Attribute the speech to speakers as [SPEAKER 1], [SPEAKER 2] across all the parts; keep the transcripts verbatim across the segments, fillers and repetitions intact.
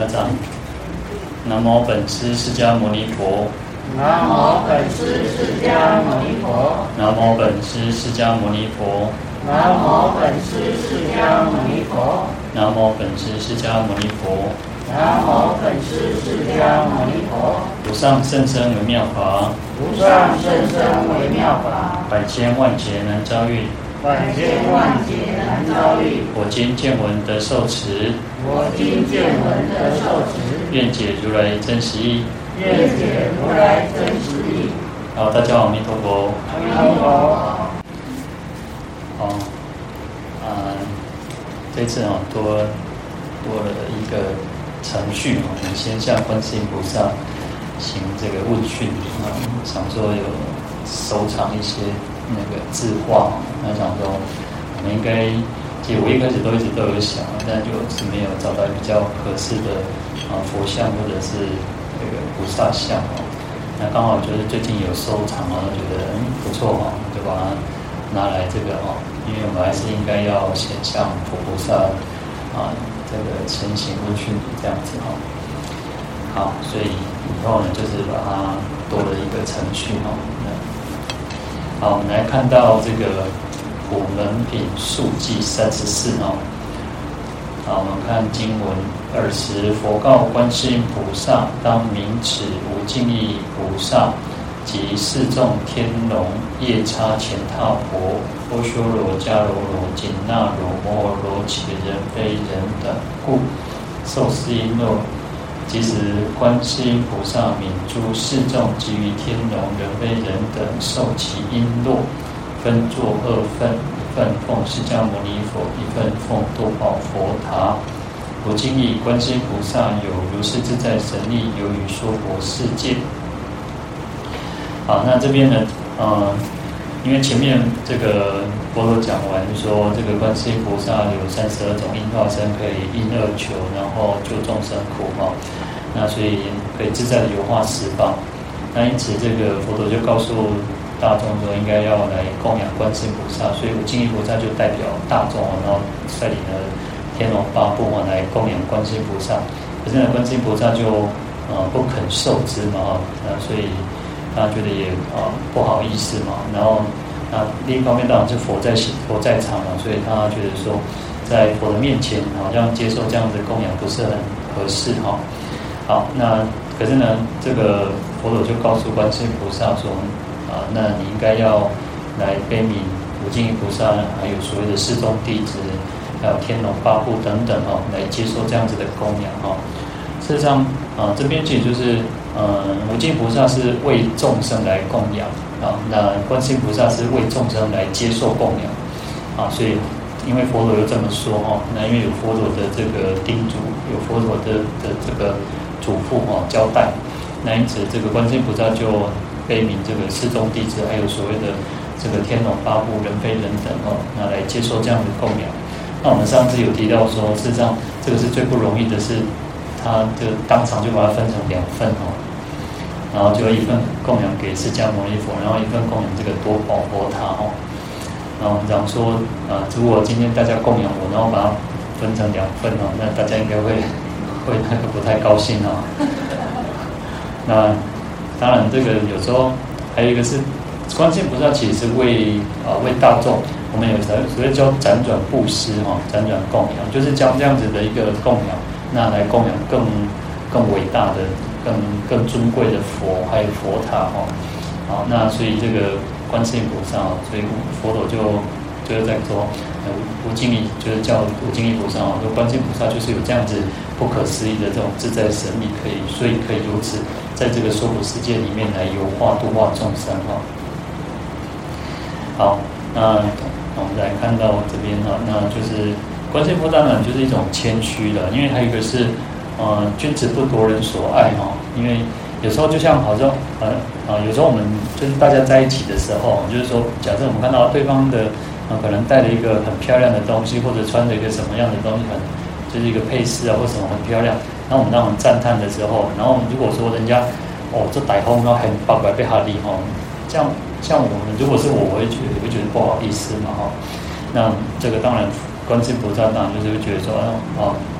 [SPEAKER 1] 家长。南无本师释迦牟尼佛。
[SPEAKER 2] 南无本师释迦牟尼佛。
[SPEAKER 1] 南无本师释迦牟尼佛。
[SPEAKER 2] 南无本师释迦牟尼佛。
[SPEAKER 1] 南无本师释迦牟尼佛。
[SPEAKER 2] 南无本师释迦牟尼佛。
[SPEAKER 1] 无上甚深微妙法。
[SPEAKER 2] 无上甚深微妙法。
[SPEAKER 1] 百千万劫难遭遇。
[SPEAKER 2] 百千万劫难遭遇。
[SPEAKER 1] 我今见闻得受持。
[SPEAKER 2] 我今见闻得受持。
[SPEAKER 1] 愿解如来真实义。
[SPEAKER 2] 愿解如来真实义。
[SPEAKER 1] 好，大家好，阿弥陀佛。
[SPEAKER 2] 阿弥陀佛。
[SPEAKER 1] 好，啊、呃，这次哦多多了一个程序哦，我们先向观世音菩萨行这个问讯啊，想说有收藏一些那个字画，那想说我们应该，其实我一开始都一直都有想，但就是没有找到比较合适的啊佛像或者是这个菩萨像哦。那刚好就是最近有收藏啊，觉得嗯不错哈，就把它拿来这个哦，因为我们还是应该要先向佛菩萨啊这个前行问讯这样子哈。好，所以以后呢，就是把它多了一个程序哈。好，我们来看到这个普门品述记三十四哦。好，我们看经文二十，佛告观世音菩萨：当名此无尽意菩萨及四众天龙夜叉乾闼婆波修罗迦罗罗紧那罗摩罗伽人非人等故，受是因诺。即使观世音菩萨悯诸四众及于天龙人非人等受其璎珞，分作二份，一份奉释迦牟尼佛，一份奉多宝佛塔。我今以观世音菩萨有如是自在神力，由于娑婆世界。好，那这边呢，呃，因为前面这个佛陀讲完说，这个观世音菩萨有三十二种应化身，可以应二求，然后救众生苦哈。那所以可以自在的游化十方。那因此这个佛陀就告诉大众说，应该要来供养观世音菩萨，所以无尽意菩萨就代表大众，然后率领了天龙八部啊来供养观世音菩萨。可是呢，观世音菩萨就呃不肯受之嘛，那所以他觉得也啊、呃、不好意思嘛。然后那另一方面当然是佛在佛在场嘛，所以他觉得说在佛的面前好像接受这样的供养不是很合适哈。好，那可是呢，这个佛陀就告诉观世音菩萨说啊，那你应该要来悲悯无尽意菩萨，还有所谓的四众弟子，还有天龙八部等等哈，来接受这样子的供养哈。事实上啊，这边其实就是呃，无尽意菩萨是为众生来供养啊，那观世音菩萨是为众生来接受供养啊，所以因为佛陀又这么说哈，那因为有佛陀的这个叮嘱，有佛陀的的这个嘱咐哈交代，那因此这个观世音菩萨就悲悯这个四众弟子，还有所谓的这个天龙八部、人非人等哦，那来接受这样的供养。那我们上次有提到说，事实上这个是最不容易的是，他就当场就把它分成两份哦，然后就一份供养给释迦牟尼佛，然后一份供养这个多宝佛塔哦。然后我们讲说，啊、呃，如果今天大家供养我，然后把它分成两份哦，那大家应该会会那个不太高兴哦。那当然，这个有时候还有一个是，观世音菩萨其实是为啊、呃、为大众，我们有所谓叫辗转布施哈，辗转供养，就是将这样子的一个供养，那来供养更更伟大的、更更尊贵的佛，还有佛塔哈。好，那所以这个观世音菩萨，所以佛陀就就是在说，无无尽意就是叫无尽意菩萨哦，说观世音菩萨就是有这样子不可思议的这种自在神力，可以所以可以如此在这个娑婆世界里面来游化度化众生哈。好，那我们来看到这边哈，那就是观世音菩萨呢，就是一种谦虚的，因为还有一个是呃君子不夺人所爱哈，因为有时候就像好像呃啊，有时候我们就是大家在一起的时候，就是说，假设我们看到对方的啊、呃，可能带了一个很漂亮的东西，或者穿着一个什么样的东西，很就是一个配饰啊，或什么很漂亮，然后我们让我们赞叹的时候，然后如果说人家哦这歹风，然后很八卦被哈利哈，这样像我们如果是我，我会觉得我会觉得不好意思嘛哈。那这个当然，观世音菩萨当然就是会觉得说哦，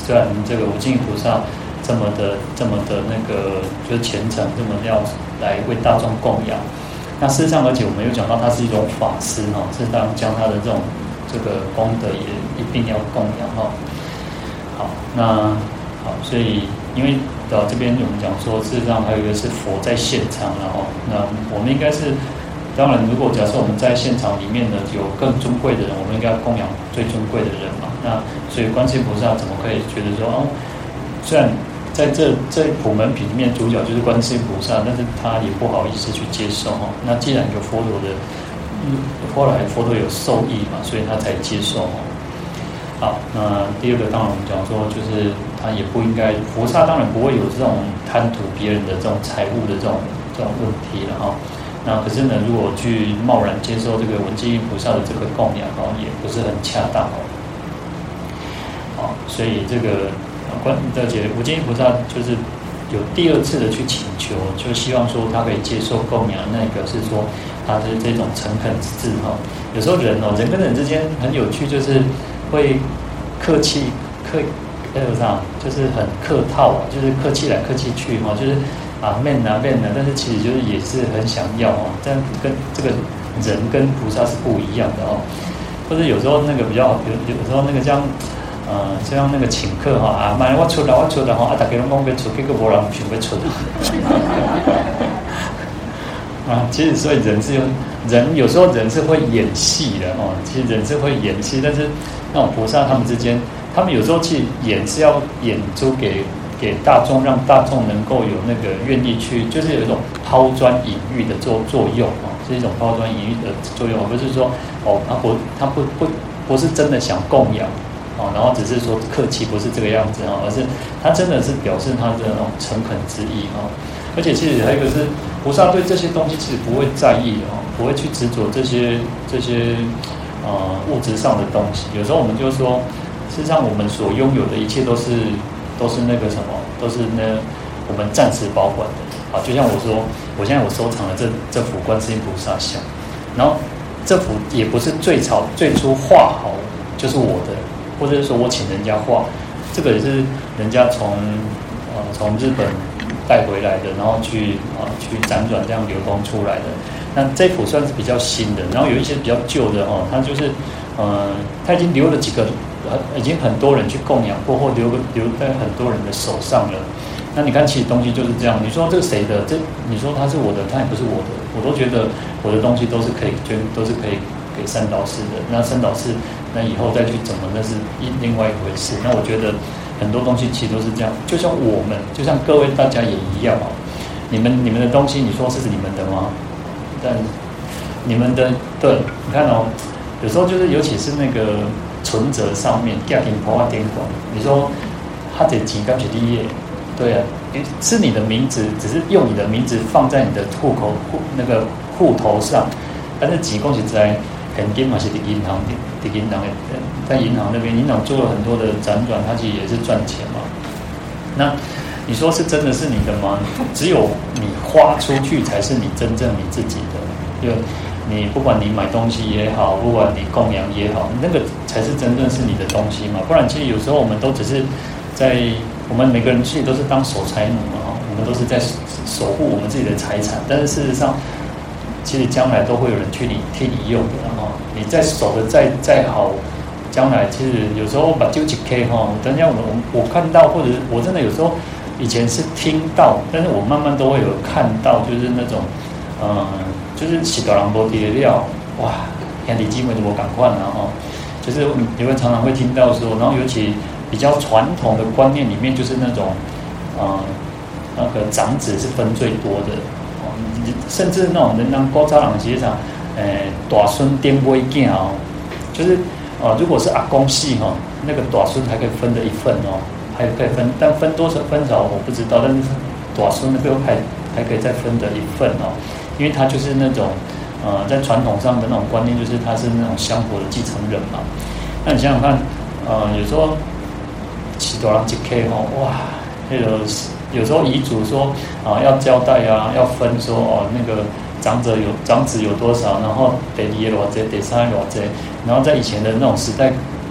[SPEAKER 1] 虽然这个无尽意菩萨这么的这么的那个就是虔诚，这么要来为大众供养。那事实上，而且我们又讲到他是一种法师哈，是当将他的这种这个功德也一并要供养哈。好，那好，所以因为到这边我们讲说，事实上还有一个是佛在现场，然后那我们应该是。当然，如果假设我们在现场里面呢有更尊贵的人，我们应该供养最尊贵的人嘛。那所以观世音菩萨怎么可以觉得说哦，虽然在这这普门品里面主角就是观世音菩萨，但是他也不好意思去接受哦。那既然有佛陀的，后来佛陀有受益嘛，所以他才接受哦。好，那第二个当然我们讲说，就是他也不应该，菩萨当然不会有这种贪图别人的这种财物的这种这种问题了哈。那可是呢，如果去贸然接受这个文殊菩萨的这个供养哦，也不是很恰当哦。好，所以这个观而且无尽意菩萨就是有第二次的去请求，就希望说他可以接受供养。那个是说他的这种诚恳之志哈。有时候人哦，人跟人之间很有趣，就是会客气客那个啥，就是很客套啊，就是客气来客气去哈，就是。啊，面啊面啊，但是其实就是也是很想要哦，但跟这个人跟菩萨是不一样的哦。或者有时候那个比较有有时候那个像呃像那个请客哈啊，妈我出来我出来哈，啊大家拢讲要出，结果无人想要出啊。其实所以人是有人有时候人是会演戏的哦，其实人是会演戏，但是那种菩萨他们之间，他们有时候去演是要演出给。给大众，让大众能够有那个愿意去，就是有一种抛砖引玉的作作用啊，是一种抛砖引玉的作用，而不是说哦，他不他不不不是真的想供养啊，然后只是说客气，不是这个样子啊，而是他真的是表示他的那种诚恳之意啊。而且其实还有一个是菩萨对这些东西其实不会在意啊，不会去执着这些这些呃物质上的东西。有时候我们就说，事实上我们所拥有的一切都是。都是那个什么，都是那我们暂时保管的啊。就像我说，我现在我收藏了这这幅观世音菩萨像，然后这幅也不是最早最初画好就是我的，或者是说我请人家画，这个也是人家从呃从日本带回来的，然后去啊去辗转这样流通出来的。那这幅算是比较新的，然后有一些比较旧的哦，它就是呃它已经留了几个。已经很多人去供养过，或留留在很多人的手上了。那你看，其实东西就是这样。你说这个谁的？这你说他是我的，他也不是我的。我都觉得我的东西都是可以捐，都是可以给三导师的。那三导师，那以后再去怎么，那是一另外一回事。那我觉得很多东西其实都是这样。就像我们，就像各位大家也一样哦。你们你们的东西，你说是你们的吗？但你们的对，你看哦，有时候就是尤其是那个。存折上面家庭破坏点管，你说他得几刚写第一页，对啊，是你的名字，只是用你的名字放在你的户口户那个户头上，但是几公是在肯定嘛是在银行的，在银行的，在银行那边，银行做了很多的辗转，它其实也是赚钱嘛。那你说是真的是你的吗？只有你花出去才是你真正你自己的，因为。你不管你买东西也好，不管你供养也好，那个才是真正是你的东西嘛。不然，其实有时候我们都只是在我们每个人其实都是当守财奴嘛，我们都是在守护我们自己的财产。但是事实上，其实将来都会有人去你替你用的哈。你再守的再再好，将来其实有时候把九几 K 哈，等下我我我看到，或者我真的有时候以前是听到，但是我慢慢都会有看到，就是那种嗯。呃就是洗大人无地的料，哇，兄弟姊妹就无赶快了哈。就是你会常常会听到说，然后尤其比较传统的观念里面，就是那种，呃，那个长子是分最多的，哦，甚至那种人当高家长实际上，呃，大孙颠尾囝哦，就是呃，如果是阿公系哈，那个大孙还可以分的一份哦，还可以分，但分多少分少我不知道，但是大孙那个还还可以再分的一份哦。因为他就是那种，呃，在传统上的那种观念，就是他是那种香火的继承人嘛。那你想想看，呃，有时候起多人一 K 哈，哇，那个有时候遗嘱说啊、呃、要交代啊，要分说哦那个长者有长子有多少，然后第二多少，第三多少，然后在以前的那种时代，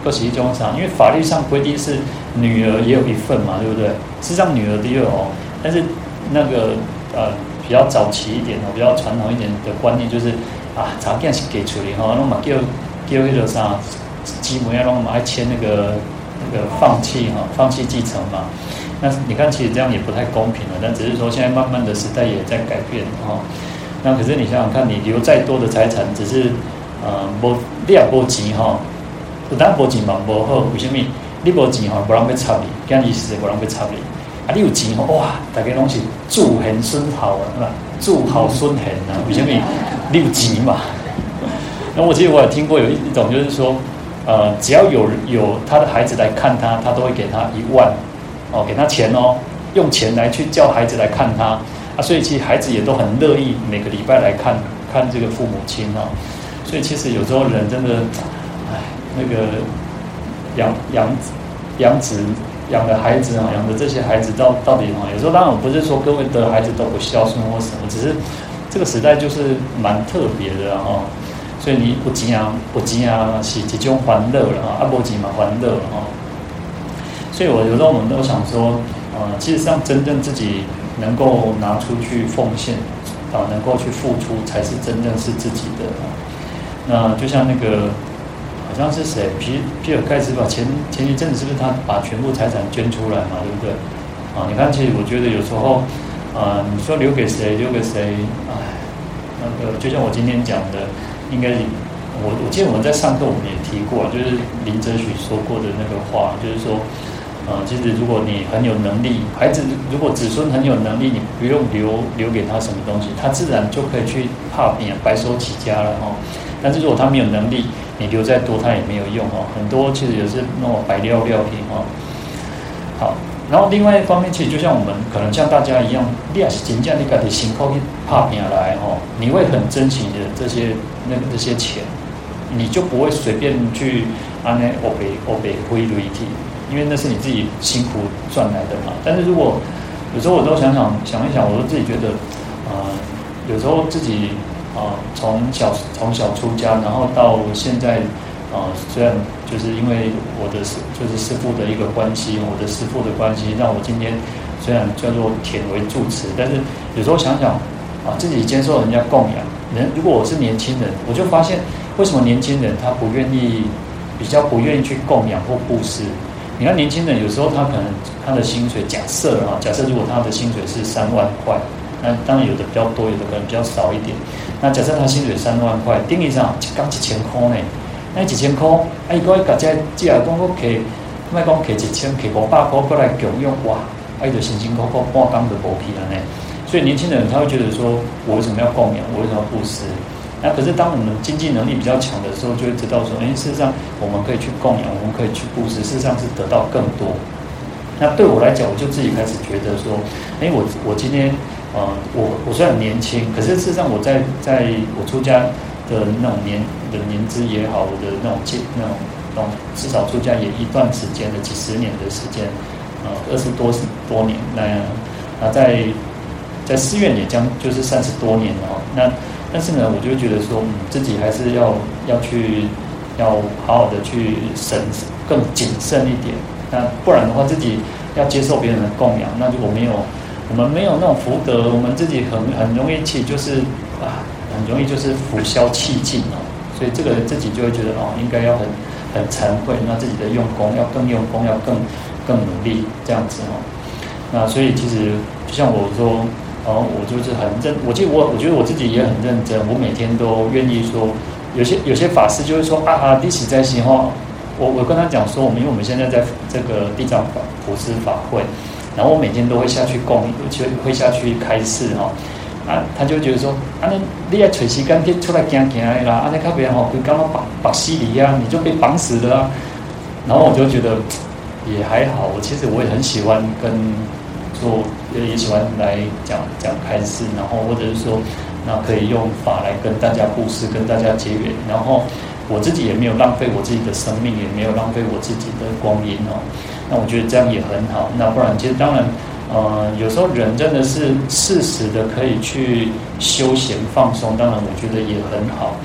[SPEAKER 1] 各是一种啥？因为法律上规定是女儿也有一份嘛，对不对？事实上女儿的也有哦，但是那个呃比较早期一点哦，比较传统一点的观念就是啊，查囝是给处理哈，那么叫叫那个啥，基本上让我们爱签那个那个放弃哈，放弃继承嘛。那你看，其实这样也不太公平了。但只是说，现在慢慢的时代也在改变哈。那可是你想想看，你留再多的财产，只是呃，无你也无钱哈，有当无钱嘛无好，为什么？你无钱哈，无人要插你，今日是无人要插你。啊，你有钱吼，哇，大家拢是祝贤孙好啊，是吧？祝好孙贤啊，为什么？你有钱嘛。那我记得我有听过有一种，就是说，呃，只要有有他的孩子来看他，他都会给他一万。哦，给他钱哦，用钱来去叫孩子来看他啊，所以其实孩子也都很乐意每个礼拜来看看这个父母亲哦。所以其实有时候人真的，哎，那个养养养子养的孩子啊，养的这些孩子到到底啊，有时候当然我不是说各位的孩子都不孝顺或什么，只是这个时代就是蛮特别的哈。所以你不钱啊，不钱啊，是一种欢乐了哈，啊不钱嘛欢乐了哈。所以我有时候我们都想说，呃，其实上真正自己能够拿出去奉献，啊、呃，能够去付出，才是真正是自己的。那就像那个，好像是谁，皮皮尔盖茨吧，前前一阵子是不是他把全部财产捐出来嘛，对不对？啊，你看，其实我觉得有时候，啊、呃，你说留给谁，留给谁，哎，那个就像我今天讲的，应该我我记得我们在上课我们也提过，就是林则徐说过的那个话，就是说。呃，其实如果你很有能力，孩子如果子孙很有能力，你不用留留给他什么东西，他自然就可以去打拼，白手起家了哦。但是如果他没有能力，你留再多他也没有用哦。很多其实也是那种白料料品哦。好，然后另外一方面，其实就像我们可能像大家一样，你也是真正你自己辛苦去打拼来哦，你会很珍惜的这些那个这些钱，你就不会随便去安尼欧北欧北挥泪体。因为那是你自己辛苦赚来的嘛。但是如果有时候我都想想想一想，我都自己觉得，呃，有时候自己啊、呃、从小从小出家，然后到现在啊、呃，虽然就是因为我的师就是师父的一个关系，我的师父的关系，让我今天虽然叫做忝为住持，但是有时候想想啊，自己接受人家供养，人如果我是年轻人，我就发现为什么年轻人他不愿意比较不愿意去供养或布施。你看年轻人有时候他可能他的薪水假设啊，假设如果他的薪水是三万块，那当然有的比较多，有的可能比较少一点。那假设他薪水三万块，定义上刚一千块呢，那一千块，啊，伊个甲这这下讲我给，卖讲给一千，给五百块过来共用，哇，啊，伊就辛辛苦苦半工就无去了呢。所以年轻人他会觉得说，我为什么要供养，我为什么要布施？那可是当我们经济能力比较强的时候，就会知道说，哎，事实上我们可以去供养，我们可以去布施，事实上是得到更多。那对我来讲，我就自己开始觉得说，哎，我我今天，呃，我我虽然年轻，可是事实上我在在我出家的那种年的年资也好，我的那种阶那种那种至少出家也一段时间的几十年的时间，呃，二十多多年，那那在在寺院也将就是三十多年了哦，那。但是呢，我就觉得说，嗯，自己还是要要去，要好好的去审，更谨慎一点。那不然的话，自己要接受别人的供养，那如果没有，我们没有那种福德，我们自己很很容易去就是啊，很容易就是浮消气尽哦。所以这个自己就会觉得哦，应该要很很惭愧，那自己的用功要更用功，要更更努力这样子哦。那所以其实就像我说。然后我就是很认，我记得我我觉得我自己也很认真，我每天都愿意说，有些有些法师就会说啊啊，你实在是哈，我我跟他讲说，我们因为我们现在在这个地藏法普施法会，然后我每天都会下去供，就会下去开示哈，啊，他就觉得说，啊你你要找时间去出来行行的啦，啊你靠别人吼，会刚刚绑绑死你啊，你就被绑死了啊，然后我就觉得也还好，我其实我也很喜欢跟。做也喜欢来讲讲开示，然后或者是说，那可以用法来跟大家布施，跟大家结缘，然后我自己也没有浪费我自己的生命，也没有浪费我自己的光阴哦。那我觉得这样也很好。那不然，其实当然，呃，有时候人真的是适时的可以去休闲放松，当然我觉得也很好。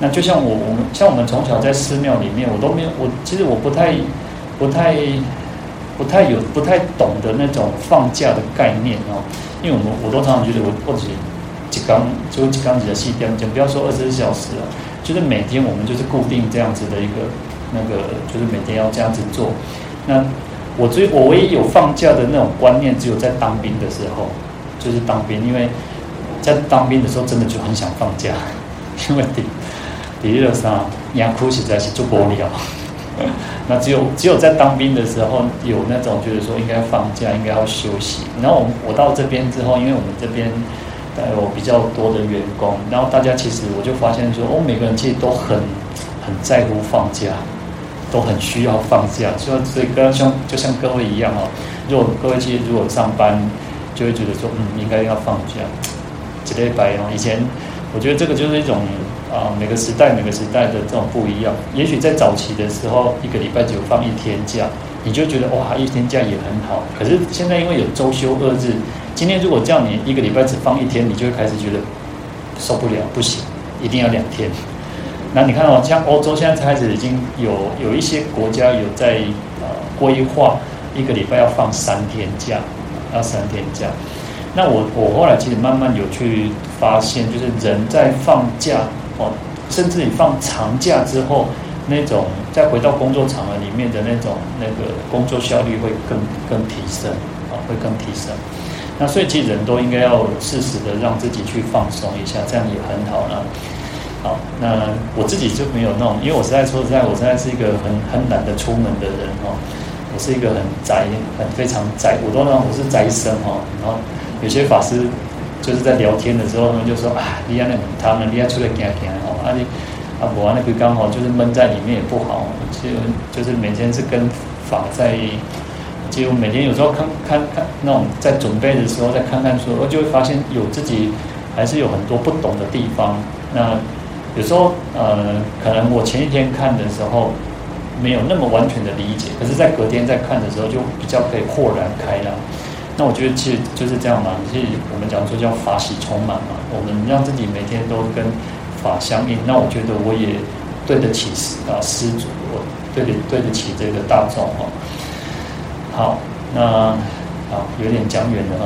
[SPEAKER 1] 那就像我我们像我们从小在寺庙里面，我都没有我其实我不太不太不太有不太懂得那种放假的概念哦，因为我们我都常常觉得我或者几缸就几缸几的细点，就不要说二十四小时了，就是每天我们就是固定这样子的一个那个，就是每天要这样子做。那我最我唯一有放假的那种观念，只有在当兵的时候，就是当兵，因为在当兵的时候真的就很想放假，因为第第二啥，养苦实在是做不了。那只有只有在当兵的时候有那种觉得说应该要放假，应该要休息。然后我我到这边之后，因为我们这边有比较多的员工，然后大家其实我就发现说，哦，每个人其实都很很在乎放假，都很需要放假。所以所以跟像就像各位一样哦，如果各位其实如果上班，就会觉得说，嗯，应该要放假。一礼拜哦，以前我觉得这个就是一种。啊，每个时代每个时代的这种不一样。也许在早期的时候，一个礼拜只有放一天假，你就觉得哇，一天假也很好。可是现在因为有周休二日，今天如果叫你一个礼拜只放一天，你就会开始觉得受不了，不行，一定要两天。那你看哦，像欧洲现在开始已经有有一些国家有在呃规划一个礼拜要放三天假，要三天假。那我我后来其实慢慢有去发现，就是人在放假。哦，甚至你放长假之后，那种再回到工作场合里面的那种那个工作效率会更更提升，啊，会更提升。那所以其实人都应该要适时的让自己去放松一下，这样也很好啦。好，那我自己就没有那种，因为我实在说实在，我实在是一个很很懒得出门的人哦，我是一个很宅，很非常宅，我都让我是宅生哦，然后有些法师。就是在聊天的时候，他们就说啊，你安那很汤了，你要出来行行哦，啊你啊我那个刚好就是闷在里面也不好，就就是每天是跟法在，几乎每天有时候看看看那种在准备的时候再看看书，我就会发现有自己还是有很多不懂的地方。那有时候呃，可能我前一天看的时候没有那么完全的理解，可是在隔天再看的时候就比较可以豁然开朗。那我觉得其实就是这样嘛，其实我们讲说叫法喜充满嘛，我们让自己每天都跟法相应，那我觉得我也对得起啊施主，我对得对得起这个大众哈。好，那好有点讲远了哈，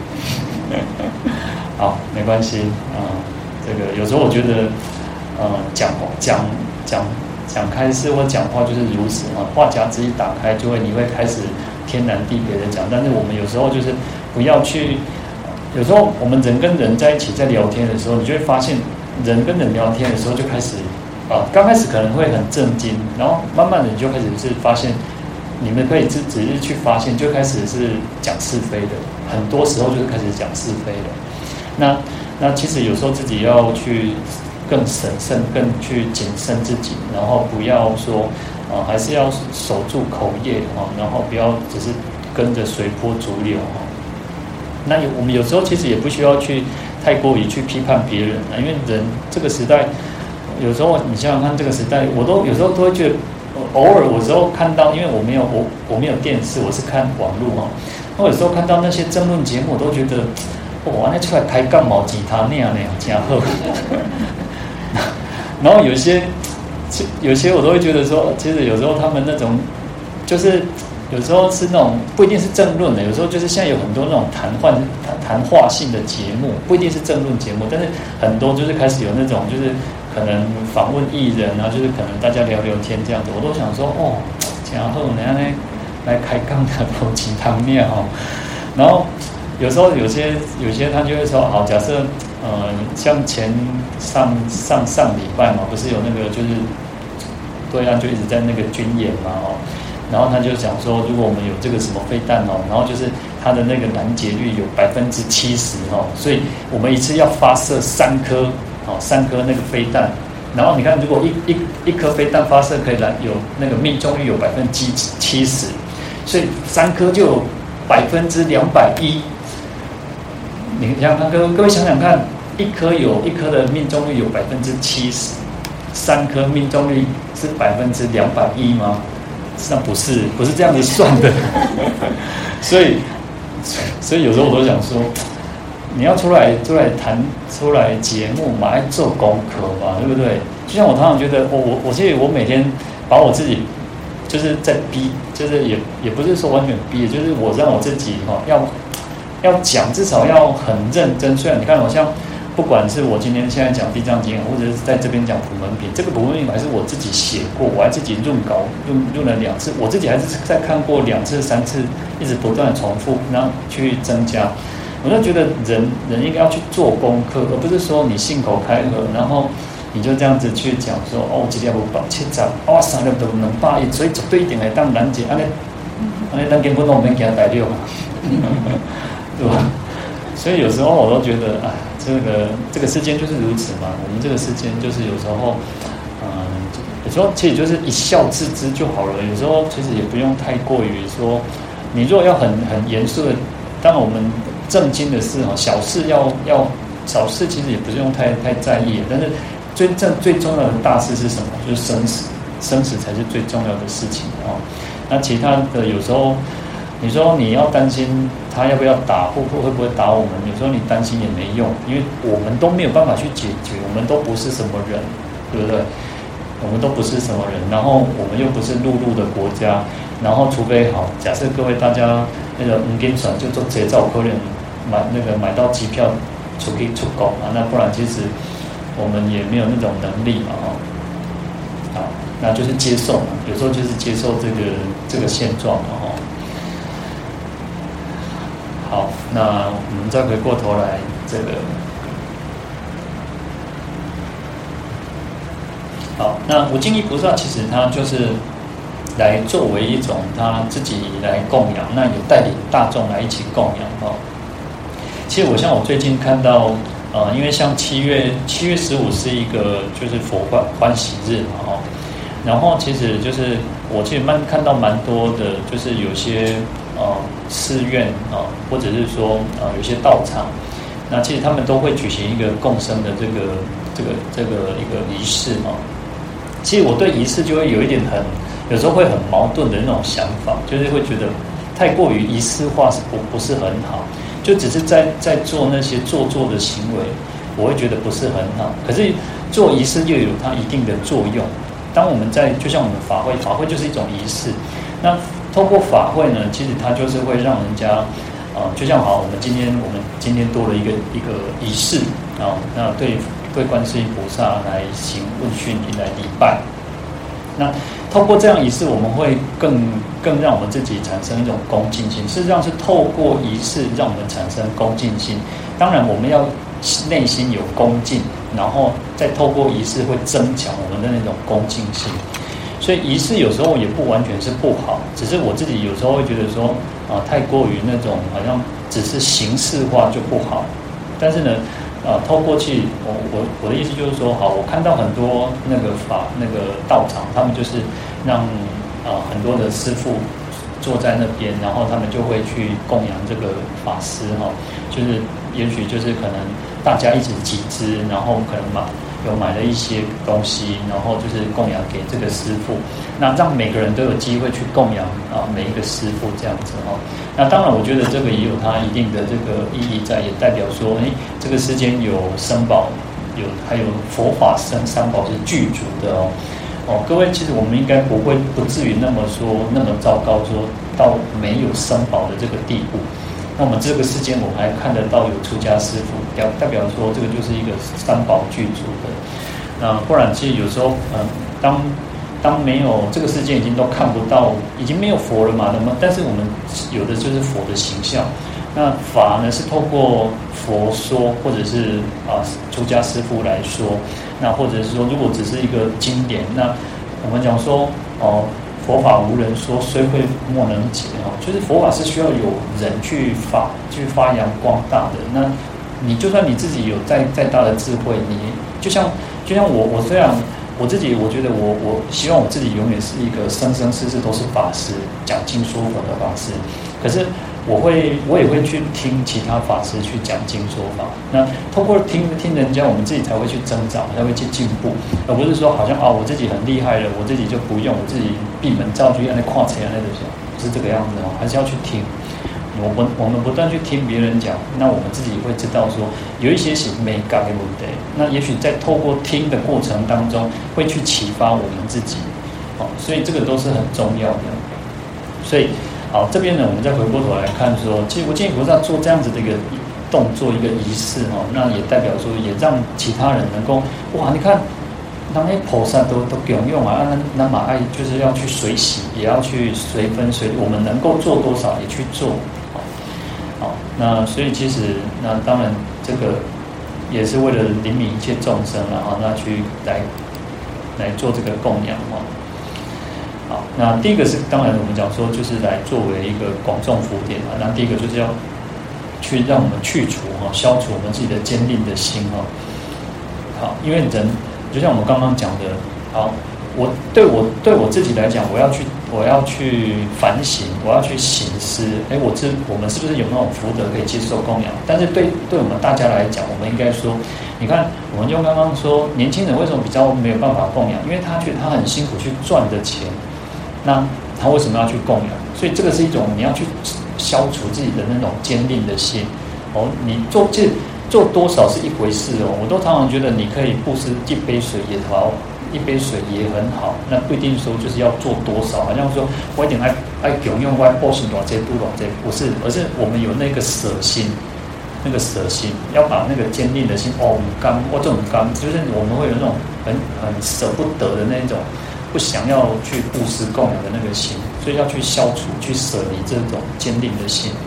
[SPEAKER 1] 好没关系啊，这个有时候我觉得呃讲讲讲讲开示或讲话就是如此啊，话匣子一打开就会你会开始。天南地北的讲，但是我们有时候就是不要去。有时候我们人跟人在一起在聊天的时候，你就会发现，人跟人聊天的时候就开始啊，刚开始可能会很震惊，然后慢慢的你就开始是发现，你们可以只只是去发现，就开始是讲是非的，很多时候就是开始讲是非的。那那其实有时候自己要去更审慎，更去谨慎自己，然后不要说。啊，还是要守住口业哈，然后不要只是跟着随波逐流哈。那我们有时候其实也不需要去太过于去批判别人啊，因为人这个时代，有时候你想想看，这个时代，我都有时候都会觉得，偶尔有时候看到，因为我没有我我没有电视，我是看网络哈。我有时候看到那些争论节目，我都觉得，哇，那出来抬杠毛吉他那样那样真好。然后有些。有些我都会觉得说，其实有时候他们那种，就是有时候是那种不一定是政论的，有时候就是现在有很多那种谈话谈话性的节目，不一定是政论节目，但是很多就是开始有那种就是可能访问艺人啊，就是可能大家聊聊天这样子，我都想说哦，然后人家来来开杠的投其汤面哈，然后有时候有些有些他就会说，好，假设呃像前上上上礼拜嘛，不是有那个就是。对岸就一直在那个军演嘛哦，然后他就讲说，如果我们有这个什么飞弹哦，然后就是它的那个拦截率有百分之七十哦，所以我们一次要发射三颗哦，三颗那个飞弹，然后你看，如果一一一颗飞弹发射可以拦有那个命中率有百分之七十，所以三颗就有百分之两百一。你想想看，各各位想想看，一颗有一颗的命中率有百分之七十。三颗命中率是百分之两百一吗？实际上不是，不是这样子算的。所以，所以有时候我都想说，你要出来出来谈出来节目嘛，要做功课嘛，对不对？ 就像我常常觉得，我我我其实我每天把我自己就是在逼，就是也也不是说完全逼，就是我让我自己哈、哦、要要讲，至少要很认真。虽然你看，好像不管是我今天现在讲地藏经，或者是在这边讲普门品，这个普门品还是我自己写过，我还自己润稿润润了两次，我自己还是再看过两次三次，一直不断的重复，然后去增加。我就觉得人人应该要去做功课，而不是说你信口开河，然后你就这样子去讲说哦，今天我把七十，哇，三粒都能八亿，所以绝对一定会当拦截，安尼安尼咱根本都免给他带六嘛，对吧？所以有时候我都觉得啊，这个这个世间就是如此嘛。我们这个世间就是有时候，嗯、呃，有时候其实就是一笑置之就好了。有时候其实也不用太过于说，你如果要很很严肃的，当然我们正经的事哈，小事要要小事其实也不是用太太在意，但是最正最重要的大事是什么？就是生死，生死才是最重要的事情哦。那其他的有时候。你说你要担心他要不要打，会不会不会打我们？有时候你担心也没用，因为我们都没有办法去解决，我们都不是什么人，对不对？我们都不是什么人，然后我们又不是陆路的国家，然后除非好，假设各位大家那个唔跟船就做节奏，可能买那个买到机票出去出国啊，那不然其实我们也没有那种能力嘛，哈。好，那就是接受嘛，有时候就是接受这个这个现状嘛，哈。好，那我们再回过头来，这个好，那无尽意菩萨其实他就是来作为一种他自己来供养，那有带领大众来一起供养哦。其实我像我最近看到，呃，因为像七月七月十五是一个就是佛欢欢喜日嘛哦，然后其实就是我其实蛮看到蛮多的，就是有些。呃，寺院啊、呃，或者是说呃，有些道场，那其实他们都会举行一个共生的这个这个这个一个仪式啊。其实我对仪式就会有一点很，有时候会很矛盾的那种想法，就是会觉得太过于仪式化是不不是很好，就只是在在做那些做作的行为，我会觉得不是很好。可是做仪式又有它一定的作用。当我们在就像我们法会，法会就是一种仪式，那。透过法会呢，其实它就是会让人家，呃，就像好，我们今天我们今天多了一个一个仪式啊，那对对观世音菩萨来行问讯来礼拜。那透过这样仪式，我们会更更让我们自己产生一种恭敬心。事实上是透过仪式让我们产生恭敬心。当然，我们要内心有恭敬，然后再透过仪式会增强我们的那种恭敬心。所以仪式有时候也不完全是不好，只是我自己有时候会觉得说，啊、呃，太过于那种好像只是形式化就不好。但是呢，啊、呃，透过去我我我的意思就是说，好，我看到很多那个法那个道场，他们就是让啊、呃、很多的师父坐在那边，然后他们就会去供养这个法师哈、哦，就是也许就是可能大家一起集资，然后可能嘛。有买了一些东西，然后就是供养给这个师父，那让每个人都有机会去供养啊每一个师父这样子哦。那当然，我觉得这个也有它一定的这个意义在，也代表说，哎，这个世间有僧宝，有还有佛法僧三宝是具足的哦。哦，各位，其实我们应该不会不至于那么说那么糟糕，说到没有僧宝的这个地步。那我们这个世间，我们还看得到有出家师父，表代表说这个就是一个三宝具足的。那不然，其实有时候，嗯，当当没有这个世界已经都看不到，已经没有佛了嘛，那么但是我们有的就是佛的形象。那法呢是透过佛说，或者是啊出家师父来说，那或者是说，如果只是一个经典，那我们讲说哦。佛法无人说，虽会莫能解哦，就是佛法是需要有人去发去发扬光大的。那你就算你自己有再再大的智慧，你就像就像我我虽然我自己我觉得我我希望我自己永远是一个生生世世都是法师，讲经说佛的法师。可是我会我也会去听其他法师去讲经说法。那透过听听人家，我们自己才会去增长，才会去进步，而不是说好像啊、哦、我自己很厉害了，我自己就不用，我自己闭门造车，按那跨车那种，不是这个样子哦，还是要去听。 我们我们不断去听别人讲，那我们自己会知道说有一些是没改的问题。那也许在透过听的过程当中，会去启发我们自己，哦，所以这个都是很重要的。所以，好，这边呢，我们再回过头来看说，其实无尽意菩萨做这样子的一个动作、一个仪式哦，那也代表说，也让其他人能够哇，你看。那些菩萨都都不用用啊，那那马爱就是要去随喜，也要去随分随，我们能够做多少也去做，好，那所以其实那当然这个也是为了怜悯一切众生了啊，那去来来做这个供养哈。好，那第一个是当然我们讲说就是来作为一个广众福典嘛，那第一个就是要去让我们去除哈，消除我们自己的坚定的心哈。好，因为人。就像我们刚刚讲的，好，我对我对我自己来讲，我要去我要去反省，我要去省思，哎，我这我们是不是有那种福德可以接受供养？但是对对我们大家来讲，我们应该说，你看，我们就刚刚说，年轻人为什么比较没有办法供养？因为他觉得他很辛苦去赚的钱，那他为什么要去供养？所以这个是一种你要去消除自己的那种坚定的心。哦，你做这。做多少是一回事哦，我都常常觉得你可以布施一杯水也好，一杯水也很好，那不一定说就是要做多少，好像说我一点爱爱供用我布施多少多少这不是，而是我们有那个舍心，那个舍心，要把那个坚定的心哦，很刚，我这种刚，就是我们会有那种很很舍不得的那种，不想要去布施供养的那个心，所以要去消除、去舍离这种坚定的心。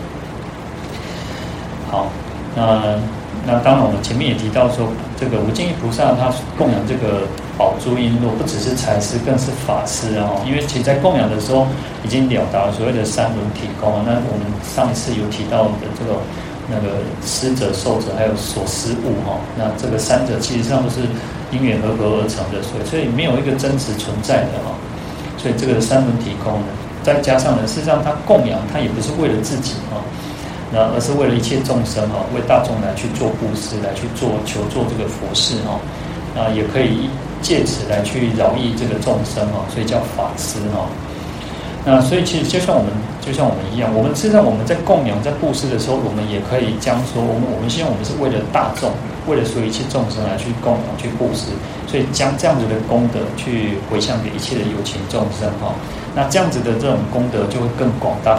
[SPEAKER 1] 好，那。那当然，我们前面也提到说，这个无尽意菩萨他供养这个宝珠璎珞，不只是财施，更是法施啊。因为其实在供养的时候，已经了达了所谓的三轮体空啊。那我们上一次有提到的这个那个施者、受者，还有所施物哈。那这个三者其实上都是因缘合合而成的，所以所以没有一个真实存在的哈。所以这个三轮体空呢，再加上呢，事实上他供养，他也不是为了自己哈。那而是为了一切众生哈，为大众来去做布施，来去做求做这个佛事哈，那也可以借此来去饶益这个众生哈，所以叫法施哈。那所以其实就像我们就像我们一样，我们事实上我们在供养在布施的时候，我们也可以将说，我们我们希望我们是为了大众，为了所有一切众生来去供养去布施，所以将这样子的功德去回向给一切的有情众生哈。那这样子的这种功德就会更广大。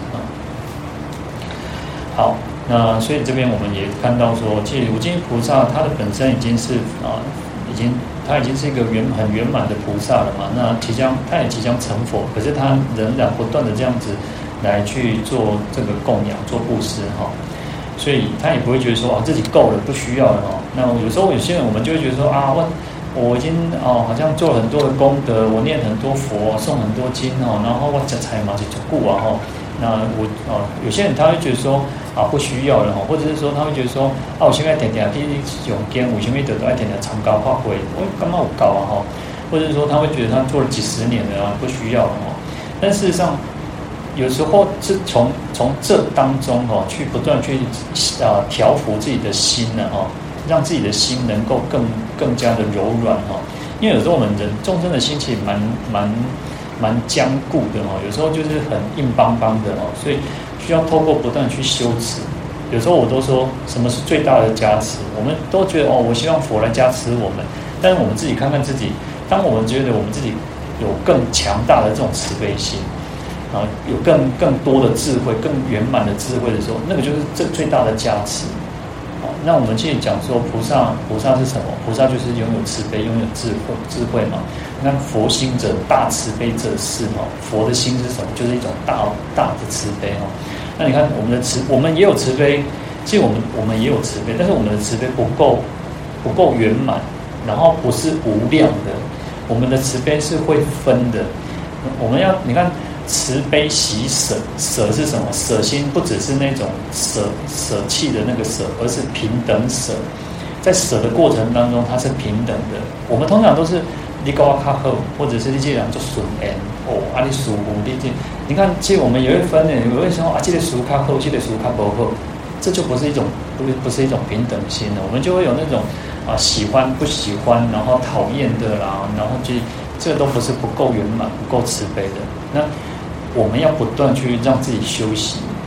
[SPEAKER 1] 好，那所以这边我们也看到说，其实无尽意菩萨他的本身已经是啊，已经他已经是一个圆很圆满的菩萨了嘛。那即将他也即将成佛，可是他仍然不断的这样子来去做这个供养、做布施哈。所以他也不会觉得说啊自己够了，不需要了哈。那有时候有些人我们就会觉得说啊，我我已经哦好像做了很多的功德，我念很多佛，诵很多经哦，然后我吃菜嘛就足够啊哈。那我哦，有些人他会觉得说啊不需要了哈，或者是说他会觉得说啊我现在点点去用经，我前面得到一点点长高发挥，我干嘛我高啊哈，或者是说他会觉得他做了几十年了啊不需要了哈，但事实上有时候是从从这当中哈去不断去啊调伏自己的心呢哈，让自己的心能够更更加的柔软哈，因为有时候我们人众生的心其实蛮蛮。蛮坚固的哦，有时候就是很硬邦邦的哦，所以需要透过不断去修持。有时候我都说什么是最大的加持？我们都觉得哦，我希望佛来加持我们，但是我们自己看看自己，当我们觉得我们自己有更强大的这种慈悲心啊，有更更多的智慧、更圆满的智慧的时候，那个就是这最大的加持。那我们继续讲说，菩萨菩萨是什么？菩萨就是拥有慈悲，拥有智慧，智慧嘛。那佛心者大慈悲者是哈，佛的心是什么？就是一种大大的慈悲哈。那你看我们的慈，我们也有慈悲，其实我们我们也有慈悲，但是我们的慈悲不够不够圆满，然后不是无量的，我们的慈悲是会分的。我们要你看。慈悲喜舍，舍是什么？舍心不只是那种舍舍弃的那个舍，而是平等舍。在舍的过程当中，它是平等的。我们通常都是你高卡后，或者是你这样做损恩哦，啊你疏忽你这，你看，其实我们也会分的，有会说啊，这个疏卡后，这个疏卡不后，这就不是一种不不是一种平等心了。我们就会有那种啊喜欢不喜欢，然后讨厌的啦，然后就这个都不是不够圆满、不够慈悲的。那我们要不断去让自己修习，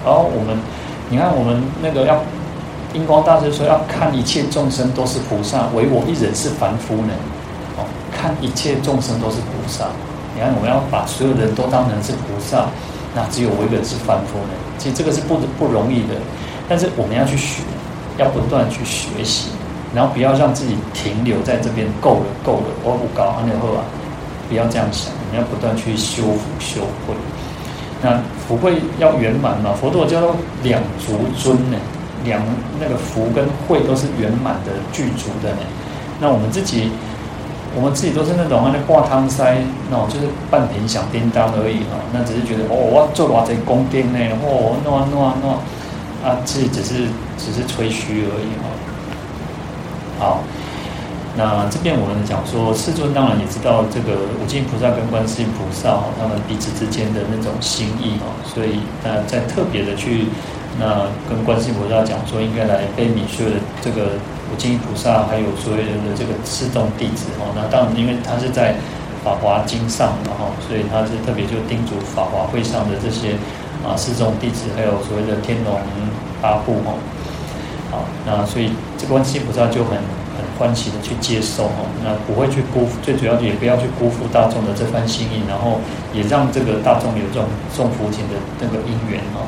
[SPEAKER 1] 然后我们，你看我们那个要印光大师说要看一切众生都是菩萨，唯我一人是凡夫呢。哦，看一切众生都是菩萨。你看我们要把所有人都当成是菩萨，那只有我一个人是凡夫呢。其实这个是不不容易的，但是我们要去学，要不断去学习，然后不要让自己停留在这边，够了够了，我不高，然后啊，不要这样想，我们要不断去修福修慧。那福慧要圆满嘛，佛陀叫做两足尊呢，两那个福跟慧都是圆满的具足的呢。那我们自己，我们自己都是那种那挂汤塞，那种就是半瓶响叮当而已哈。那只是觉得哦，我做偌济功德呢，哦，弄啊弄啊弄啊，自己只是只是吹嘘而已哈。好。那这边我们讲说，世尊当然也知道这个无尽菩萨跟观世音菩萨哈，他们彼此之间的那种心意哈，所以那在特别的去那跟观世音菩萨讲说，应该来悲悯所有的这个无尽菩萨，还有所有的这个四众弟子哈。那当然，因为他是在法华经上嘛哈，所以他是特别就叮嘱法华会上的这些啊四众弟子，还有所谓的天龙八部哈。好，那所以这个观世音菩萨就很。很欢喜的去接受哈，那不会去辜负，最主要的也不要去辜负大众的这番心意，然后也让这个大众有这种种福田的那个因缘哈。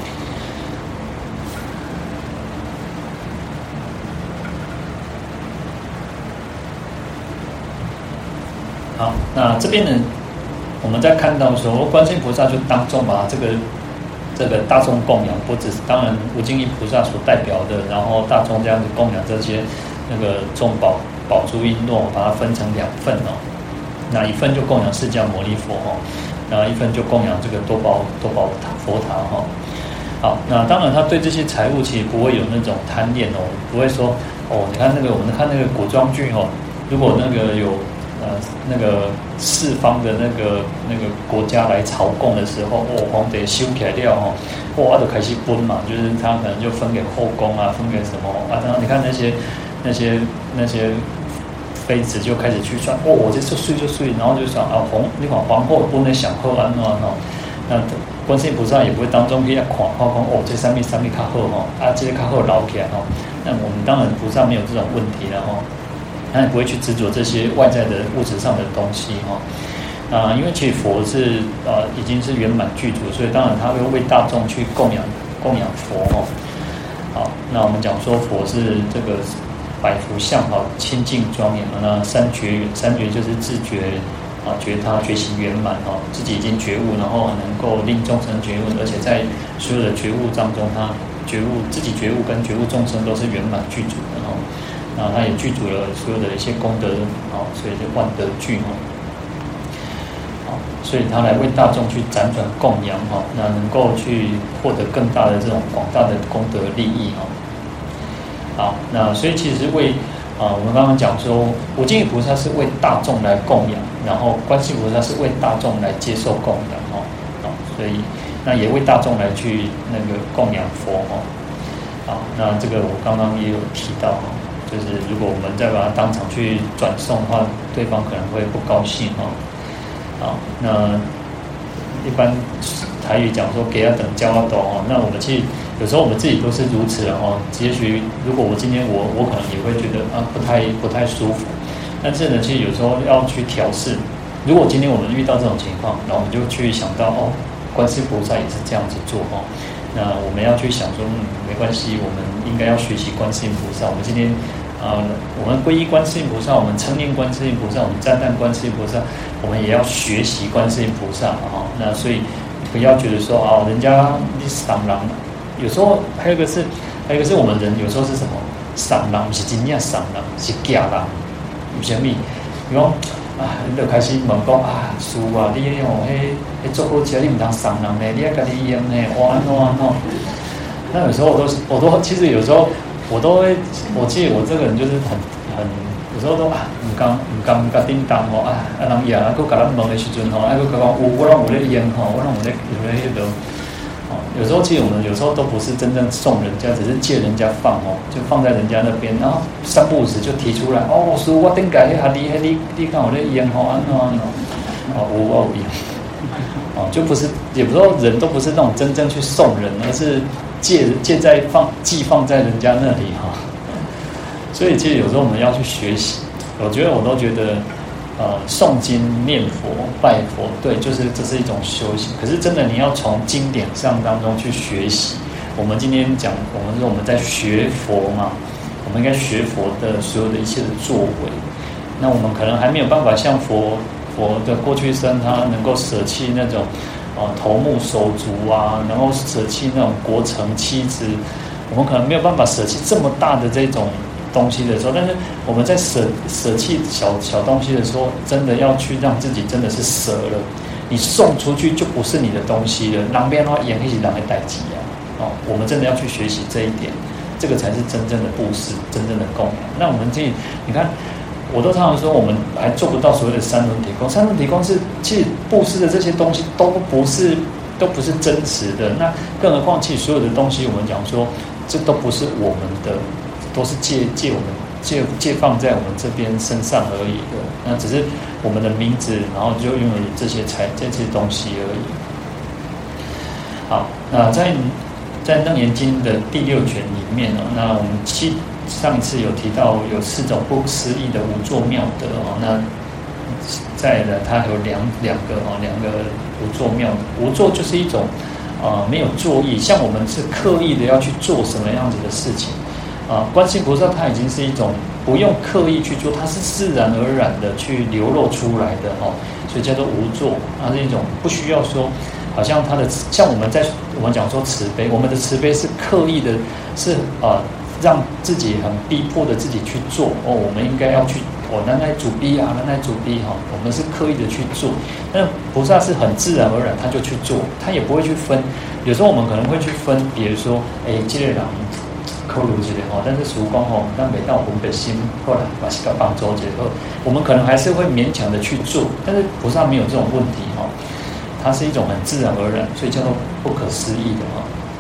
[SPEAKER 1] 好，那这边呢，我们在看到说，观世音菩萨就当众把这个这个大众供养，不只是当然无尽意菩萨所代表的，然后大众这样子供养这些。那个众宝宝珠璎珞，把它分成两份哦，那一份就供养释迦牟尼佛哈，然后一份就供养这个多宝多宝佛塔哈。好，那当然他对这些财物其实不会有那种贪恋哦，不会说哦，你看那个我们看那个古装剧哦，如果那个有呃那个四方的那个那个国家来朝贡的时候，哦，皇帝收起来了哈。哇，就开始分嘛，就是他可能就分给后宫啊，分给什么啊？然后你看那些那些那些妃子就开始去算，哦，我这就睡就睡，然后就想啊，皇你看皇后不能享贺安啊哈，那观世音菩萨也不会当中去看，看看哦，这上面上面较好哈，啊，这些较好留起来哈。那我们当然菩萨没有这种问题了哈，他也不会去执着这些外在的物质上的东西哈。啊，因为其实佛是呃已经是圆满具足，所以当然他会为大众去供养供养佛哦。好，那我们讲说佛是这个百福相好，清净庄严嘛。那三觉三觉就是自觉啊，觉他觉行圆满哦，自己已经觉悟，然后能够令众生觉悟，而且在所有的觉悟当中，他觉悟自己觉悟跟觉悟众生都是圆满具足的哦。那他也具足了所有的一些功德哦，所以就万德具哦。所以他来为大众去辗转供养哈，那能够去获得更大的这种广大的功德利益哈。好，那所以其实为啊，我们刚刚讲说，无尽意菩萨是为大众来供养，然后观世音菩萨是为大众来接受供养哈。啊，所以那也为大众来去那个供养佛哈。好，那这个我刚刚也有提到哈，就是如果我们再把它当场去转送的话，对方可能会不高兴哈。好，那一般台语讲说给他等教他懂哦，那我们其实有时候我们自己都是如此的哦。也许如果我今天我我可能也会觉得啊不太不太舒服，但是呢，其实有时候要去调试。如果今天我们遇到这种情况，然后我们就去想到哦，观世菩萨也是这样子做哦。那我们要去想说，嗯，没关系，我们应该要学习观世音菩萨。我们今天。啊、呃，我们皈依观世音菩萨，我们称念观世音菩萨，我们赞叹观世音菩萨，我们也要学习观世音菩萨啊、哦。那所以不要觉得说啊、哦，人家你赏狼，有时候还有一个是，还有一个是我们人有时候是什么赏狼，不是真正赏狼，是假狼，有什么？比如啊，你就开始问讲啊，师啊，你哦，迄迄做好吃，你唔通赏人呢？你要家己腌呢？哇，安怎安怎？那有时候我都我都其实有时候。我都会，我记得我这个人就是很很，有时候都啊，唔敢唔敢唔敢叮当吼啊，啊人伊啊，佮甲咱问的时阵吼，啊佮甲讲有我拢有咧演吼，我拢有咧有咧迄个，哦，有时候其实我们有时候都不是真正送人家，只是借人家放哦，就放在人家那边，然后三不五时就提出来，哦，师我顶解迄下你迄你你看我咧演吼，安怎安怎，哦有我有演。 哦，就不是，也不是说人都不是那种真正去送人，而是借借在放寄放在人家那里哈、哦。所以其实有时候我们要去学习，我觉得我都觉得，呃，诵经念佛拜佛，对，就是这是一种修行。可是真的你要从经典上当中去学习。我们今天讲，我们说我们在学佛嘛，我们应该学佛的所有的一切的作为。那我们可能还没有办法像佛佛的过去生，他能够舍弃那种呃头目手足啊，然后舍弃那种国城妻子，我们可能没有办法舍弃这么大的这种东西的时候，但是我们在舍舍弃小小东西的时候，真的要去让自己真的是舍了，你送出去就不是你的东西了，让别人的话也可以让人代替啊。哦，我们真的要去学习这一点，这个才是真正的布施，真正的供养。那我们这，你看，我都常常说，我们还做不到所谓的三轮体空。三轮体空是，其实布施的这些东西都不是，都不是真实的。那更何况，其实所有的东西，我们讲说，这都不是我们的，都是借借我们借借放在我们这边身上而已的。那只是我们的名字，然后就拥有这些财这些东西而已。好，那在。在《楞严经》的第六卷里面呢，那我们七上一次有提到有四种不思议的无作妙德哦，那再来它有两两个哦，两个无作妙德。无作就是一种呃没有作意，像我们是刻意的要去做什么样子的事情啊、呃，观世音菩萨它已经是一种不用刻意去做，它是自然而然的去流露出来的哦，所以叫做无作，它是一种不需要说。好像他的像我们在我们讲说慈悲，我们的慈悲是刻意的，是呃让自己很逼迫的自己去做哦，我们应该要去哦，那那主逼啊，那那主逼哈，我们是刻意的去做。但菩萨是很自然而然，他就去做，他也不会去分。有时候我们可能会去分，比如说，哎，这个人扣如之类哈，但是属光哈，但每到我们的心后来把这个帮周结合，我们可能还是会勉强的去做，但是菩萨没有这种问题哈。它是一种很自然而然，所以叫做不可思议的哈。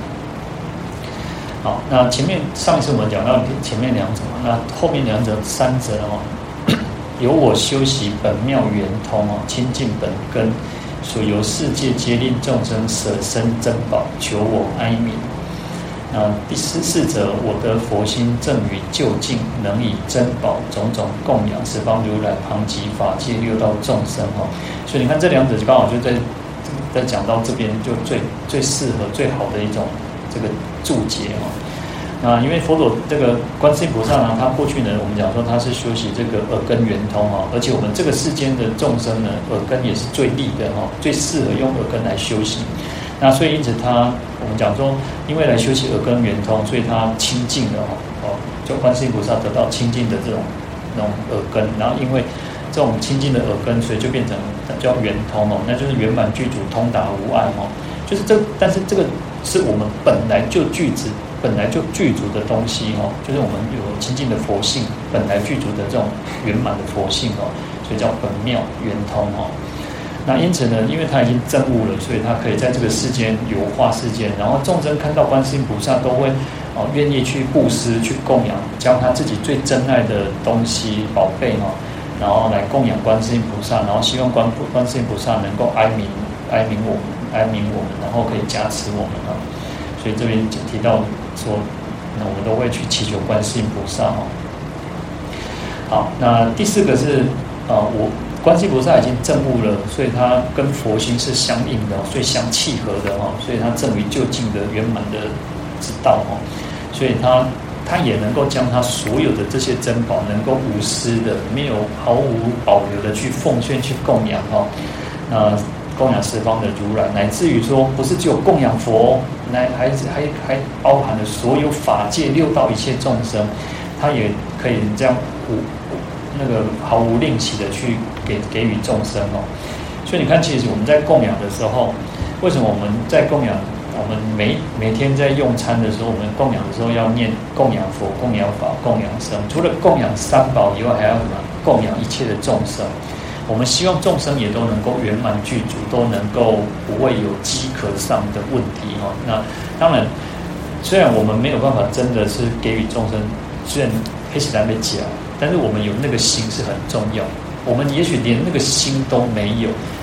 [SPEAKER 1] 好，那前面上一次我们讲到前面两者嘛，那后面两者三者哦，由我修习本妙圆通哦，清净本根，所由世界皆令众生舍身珍宝，求我哀悯。那第四四者，我得佛心正于究竟，能以珍宝种种供养十方如来旁及法界六道众生哈。所以你看这两者就刚好就在。在讲到这边就最最适合最好的一种这个注解哦。那因为佛陀这个观世音菩萨呢，他过去呢，我们讲说他是修习这个耳根圆通哈，而且我们这个世间的众生呢，耳根也是最利的哈，最适合用耳根来修行。那所以因此他我们讲说，因为来修习耳根圆通，所以他清净了哈哦，就观世音菩萨得到清净的这种那种耳根，然后因为。这种清净的耳根，所以就变成叫圆通哦，那就是圆满具足、通达无碍哦。就是这，但是这个是我们本来就具足、本来就具足的东西哦，就是我们有清净的佛性，本来具足的这种圆满的佛性哦，所以叫本妙圆通哦。那因此呢，因为他已经证悟了，所以他可以在这个世间有化世间，然后众生看到观世音菩萨都会哦愿意去布施、去供养，将他自己最珍爱的东西、宝贝哦。然后来供养观世音菩萨，然后希望观观世音菩萨能够哀悯哀悯我们，哀悯我们，然后可以加持我们啊。所以这边就提到说，那我们都会去祈求观世音菩萨哦。好，那第四个是呃，我观世音菩萨已经证悟了，所以他跟佛心是相应的，所以相契合的哈，所以他证于究竟的圆满的之道哈，所以他。他也能够将他所有的这些珍宝，能够无私的、没有毫无保留的去奉献、去供养哈。那供养十方的如来，乃至于说，不是只有供养佛，乃还还还包含了所有法界六道一切众生，他也可以这样无那个毫无吝惜的去给给予众生哦。所以你看，其实我们在供养的时候，为什么我们在供养？我们每每天在用餐的时候，我们供养的时候要念供养佛、供养法、供养僧。除了供养三宝以外，还要什么？供养一切的众生。我们希望众生也都能够圆满具足，都能够不会有饥渴上的问题哈。那当然，虽然我们没有办法真的是给予众生，虽然黑起来没讲，但是我们有那个心是很重要。我们也许连那个心都没有。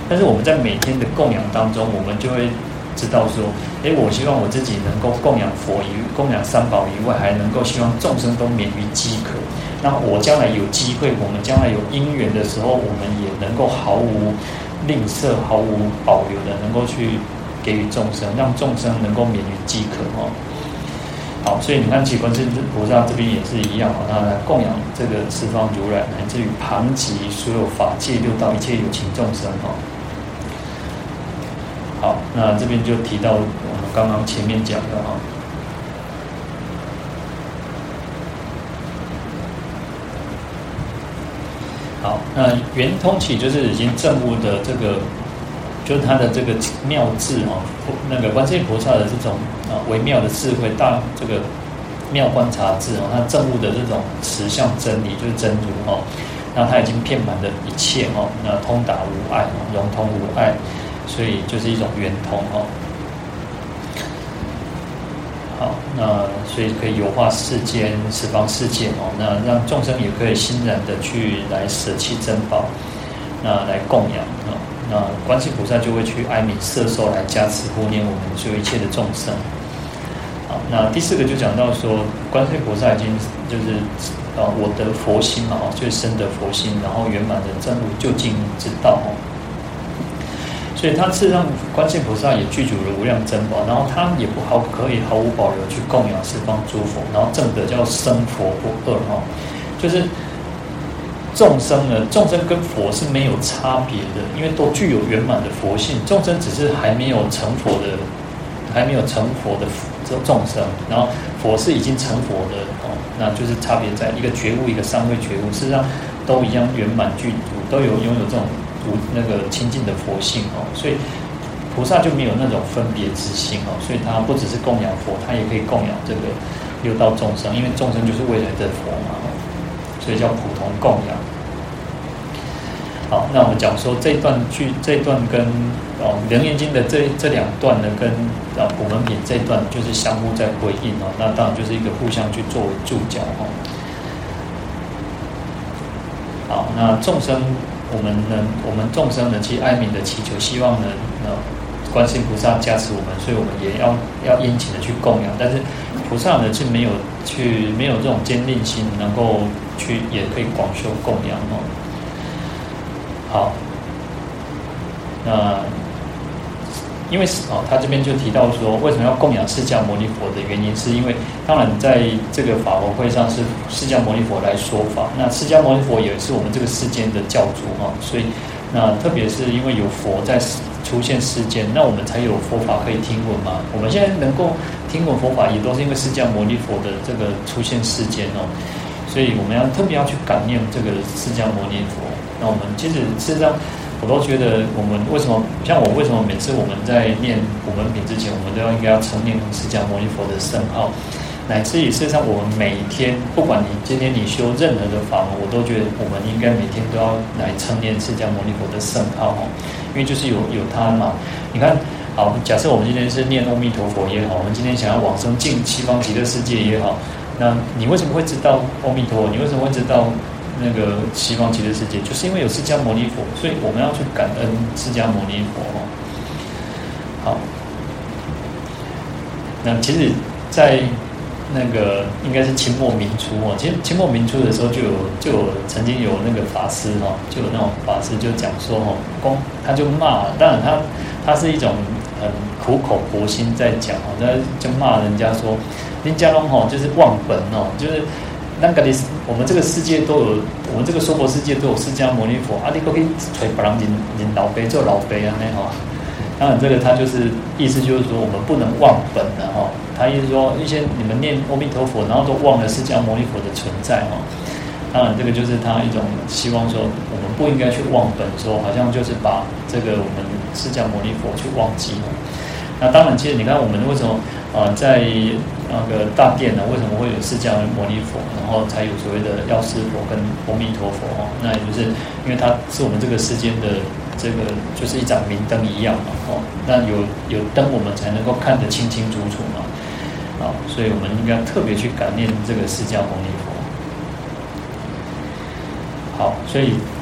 [SPEAKER 1] 但是我们在每天的供养当中，我们就会知道说，哎，我希望我自己能够供养佛以供养三宝以外，还能够希望众生都免于饥渴。那我将来有机会，我们将来有因缘的时候，我们也能够毫无吝啬、毫无保留的，能够去给予众生，让众生能够免于饥渴哦。好，所以你看，其实观世音菩萨这边也是一样哦，他来供养这个十方如来，乃至于旁及所有法界六道一切有情众生哦。好，那这边就提到我们刚刚前面讲的哈。好，那圆通其就是已经证悟的这个，就是他的这个妙智哦，那个观世音菩萨的这种啊微妙的智慧，大这个妙观察智哦，他证悟的这种实相真理就是真如哦，那他已经遍满的一切哦，那通达无碍哦，融通无碍，所以就是一种圆通哦。好，那所以可以游化世间十方世界哦，那让众生也可以欣然的去来舍弃珍宝，那来供养哦，那观世菩萨就会去哀悯摄受来加持护念我们所有一切的众生。好，那第四个就讲到说，观世菩萨已经就是呃我得佛心嘛哦，就是深得佛心，然后圆满的证悟究竟之道哦。所以他事实上，观世菩萨也具足了无量珍宝，然后他也不毫可以毫无保留去供养十方诸佛，然后证得叫生佛不二哈，就是众生呢，众生跟佛是没有差别的，因为都具有圆满的佛性，众生只是还没有成佛的，还没有成佛的众生，然后佛是已经成佛的哦，那就是差别在一个觉悟，一个三位觉悟，事实上都一样圆满具足，都有拥有这种。无那个清净的佛性哦，所以菩萨就没有那种分别之心哦，所以他不只是供养佛，他也可以供养这个六道众生，因为众生就是未来的佛嘛，所以叫普通供养。好，那我们讲说这一段句，这一段跟哦《楞严经》的这这两段呢，跟啊普门品这一段就是相互在回应哦，那当然就是一个互相去作为注脚哦。好，那众生。我们呢，我们众生呢，其实哀悯的祈求，希望呢，呃，观世音菩萨加持我们，所以我们也要要殷勤的去供养。但是菩萨呢，是没有去没有这种坚定心，能够去也可以广修供养哦。好，那因为哦，他这边就提到说，为什么要供养释迦牟尼佛的原因，是因为当然在这个法佛会上是释迦牟尼佛来说法，那释迦牟尼佛也是我们这个世间的教主哈，所以那特别是因为有佛在出现世间，那我们才有佛法可以听闻嘛。我们现在能够听闻佛法，也都是因为释迦牟尼佛的这个出现世间哦，所以我们要特别要去感念这个释迦牟尼佛。那我们其实事实上。我都觉得我们为什么像我为什么每次我们在念普门品之前，我们都要应该要称念释迦牟尼佛的圣号，乃至于事实上我们每天，不管你今天你修任何的法门，我都觉得我们应该每天都要来称念释迦牟尼佛的圣号哦，因为就是有有他嘛。你看，好，假设我们今天是念阿弥陀佛也好，我们今天想要往生进西方极乐世界也好，那你为什么会知道阿弥陀佛？你为什么会知道？那个西方极乐世界，就是因为有释迦牟尼佛，所以我们要去感恩释迦牟尼佛哦。好，那其实，在那个应该是清末民初哦，其实清末民初的时候就有就有曾经有那个法师哦，就有那种法师就讲说哦，公他就骂，当然他他是一种很苦口婆心在讲哦，他就骂人家说，人家拢吼就是忘本哦，就是。那个我们这个世界都有，我们这个娑婆世界都有释迦牟尼佛，啊，你可以找别人认认老辈做老辈啊，那哈。当然，这个他就是意思就是说，我们不能忘本了哈。他意思说，一些你们念阿弥陀佛，然后都忘了释迦牟尼佛的存在哈。当然，这个就是他一种希望说，我们不应该去忘本，说好像就是把这个我们释迦牟尼佛去忘记了。那当然，其实你看我们为什么啊、呃、在那个大殿呢？为什么会有释迦牟尼佛？然后才有所谓的药师佛跟阿弥陀佛哦。那也就是因为它是我们这个世间的这个就是一盏明灯一样嘛哦。那有有灯，我们才能够看得清清楚楚嘛。啊，所以我们应该特别去感念这个释迦牟尼佛。好，所以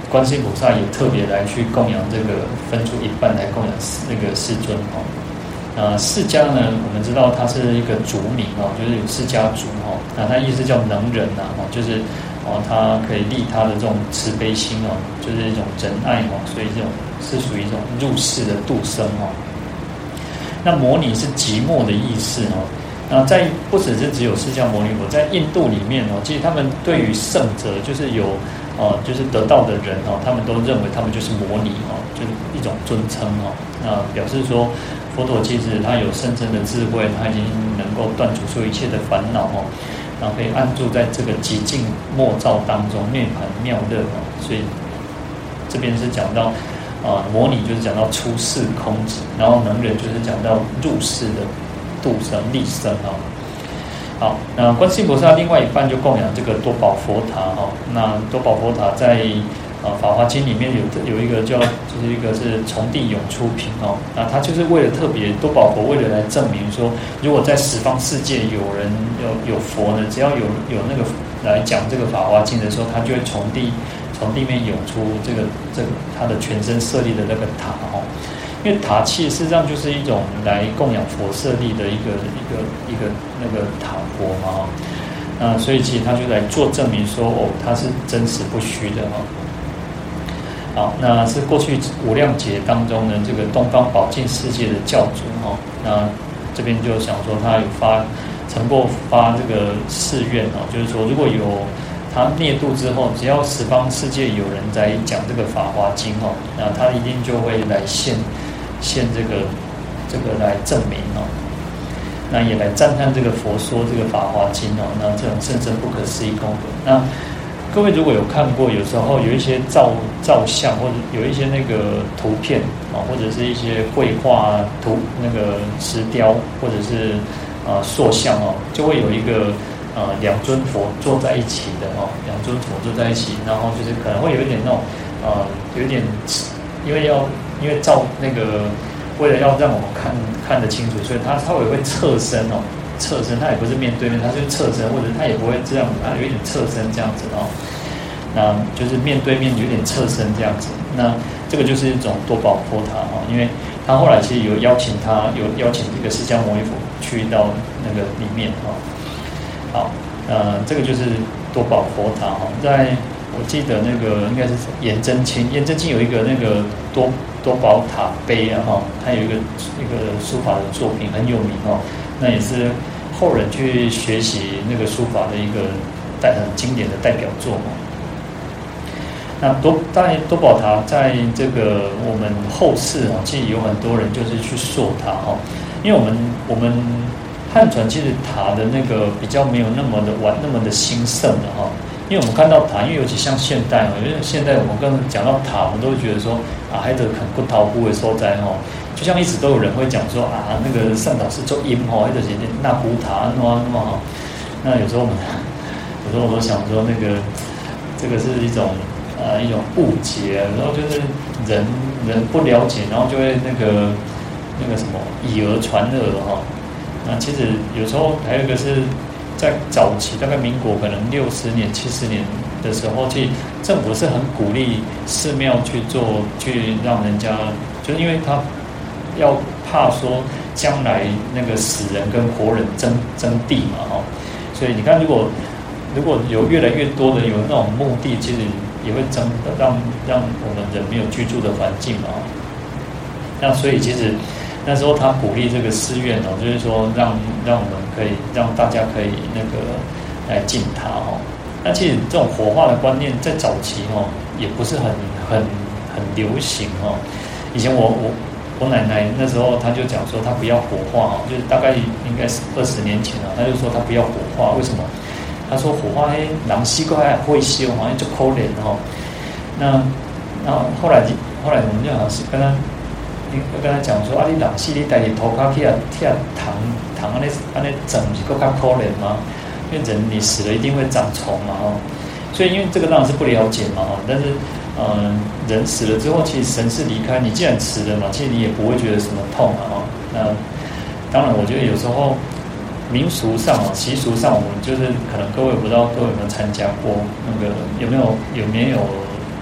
[SPEAKER 1] 观世音菩萨也特别来去供养这个，分出一半来供养那个世尊哦。那释迦呢，我们知道他是一个族名哦，就是有释迦族哦。那他意思叫能仁呐哦，就是哦，他可以利他的这种慈悲心哦，就是一种仁爱哦，所以这种是属于一种入世的度生哦。那摩尼是寂寞的意思哦。那在不只是只有释迦牟尼佛，在印度里面哦，其实他们对于圣者，就是有哦，就是得道的人哦，他们都认为他们就是摩尼哦，就是一种尊称哦。那表示说，佛陀其实他有深深的智慧，他已经能够断除所有一切的烦恼哦，然后可以安住在这个寂静默照当中，涅槃妙乐哦。所以这边是讲到啊，摩尼就是讲到出世空寂，然后能仁就是讲到入世的度生利生啊。好，那观世音菩萨另外一半就供养这个多宝佛塔哈。那多宝佛塔在啊《法华经》里面有有一个叫，就是一个是从地涌出品哦。那他就是为了特别多宝佛为了来证明说，如果在十方世界有人有有佛呢，只要有有那个来讲这个《法华经》的时候，他就会从地从地面涌出这个这个他的全身设立的那个塔哦。因为塔器事实上就是一种来供养佛舍利的一个一个一个那个塔佛嘛，那所以其实他就来做证明说，哦，它是真实不虚的哈。好，那是过去无量劫当中呢，这个东方宝镜世界的教主哈，那这边就想说他有发曾过发这个誓愿哦，就是说如果有他灭度之后，只要十方世界有人在讲这个《法华经》哦，那他一定就会来现现这个这个来证明哦，那也来赞叹这个佛说这个《法华经》哦，那这种甚深不可思议功德。那各位如果有看过，有时候有一些照照相，或者有一些那个图片啊，或者是一些绘画图那个石雕，或者是啊塑像哦，就会有一个。呃，两尊佛坐在一起的哦，两尊佛坐在一起，然后就是可能会有一点那种呃，有一点，因为要因为照那个，为了要让我们看看得清楚，所以他稍微会侧身哦，侧身，他也不是面对面，他就是侧身，或者他也不会这样子，他有一点侧身这样子哦，那就是面对面有点侧身这样子，那这个就是一种多宝佛塔哦，因为他后来其实有邀请他，有邀请这个释迦牟尼佛去到那个里面哦。好，呃，这个就是多宝佛塔哈，在我记得那个应该是颜真卿，颜真卿有一个那个多多宝塔碑啊哈，他有一个一个书法的作品很有名哦，那也是后人去学习那个书法的一个代很经典的代表作哦。那多在多宝塔在这个我们后世啊，其实有很多人就是去塑塔哈，因为我们我们。汉传其实塔的那个比较没有那么的完那么的兴盛的哈，因为我们看到塔，因为尤其像现代哦，因为现代我们刚讲到塔，我们都会觉得说啊，还得很不逃不为所在哈，就像一直都有人会讲说啊，那个上岛是做阴哈，还得是那古塔那么那么哈，那有时候我们有时候我都想说那个这个是一种呃一种误解，然后就是人人不了解，然后就会那个那个什么以讹传讹哈。那其实有时候还有一个是在早期，大概民国可能六十年、七十年的时候，其实政府是很鼓励寺庙去做，去让人家，就是因为他要怕说将来那个死人跟活人争争地嘛，哈，所以你看，如果如果有越来越多的有那种墓地，其实也会争让让我们人没有居住的环境嘛，那所以其实。那时候他鼓励这个寺院哦，就是说让让我们可以让大家可以那个来进塔哦。那其实这种火化的观念在早期哦也不是很很很流行哦。以前我我我奶奶那时候她就讲说她不要火化哦，就是大概应该是二十年前了，她就说她不要火化，为什么？她说火化哎，人死过还会修，好像就可怜哦。那然后后来后来我们就好像是跟她。我跟他讲说，啊，你人死，你带你头壳去啊，去啊糖糖安尼安尼整，不是更加可怜吗？因为人你死了一定会长虫嘛，哦，所以因为这个当然是不了解嘛，哦，但是，嗯、呃，人死了之后，其实神是离开你，既然死了嘛，其实你也不会觉得什么痛嘛，哦，那当然，我觉得有时候民俗上哦，习俗上，我们就是可能各位不知道各位有没有参加过那个有没有有没有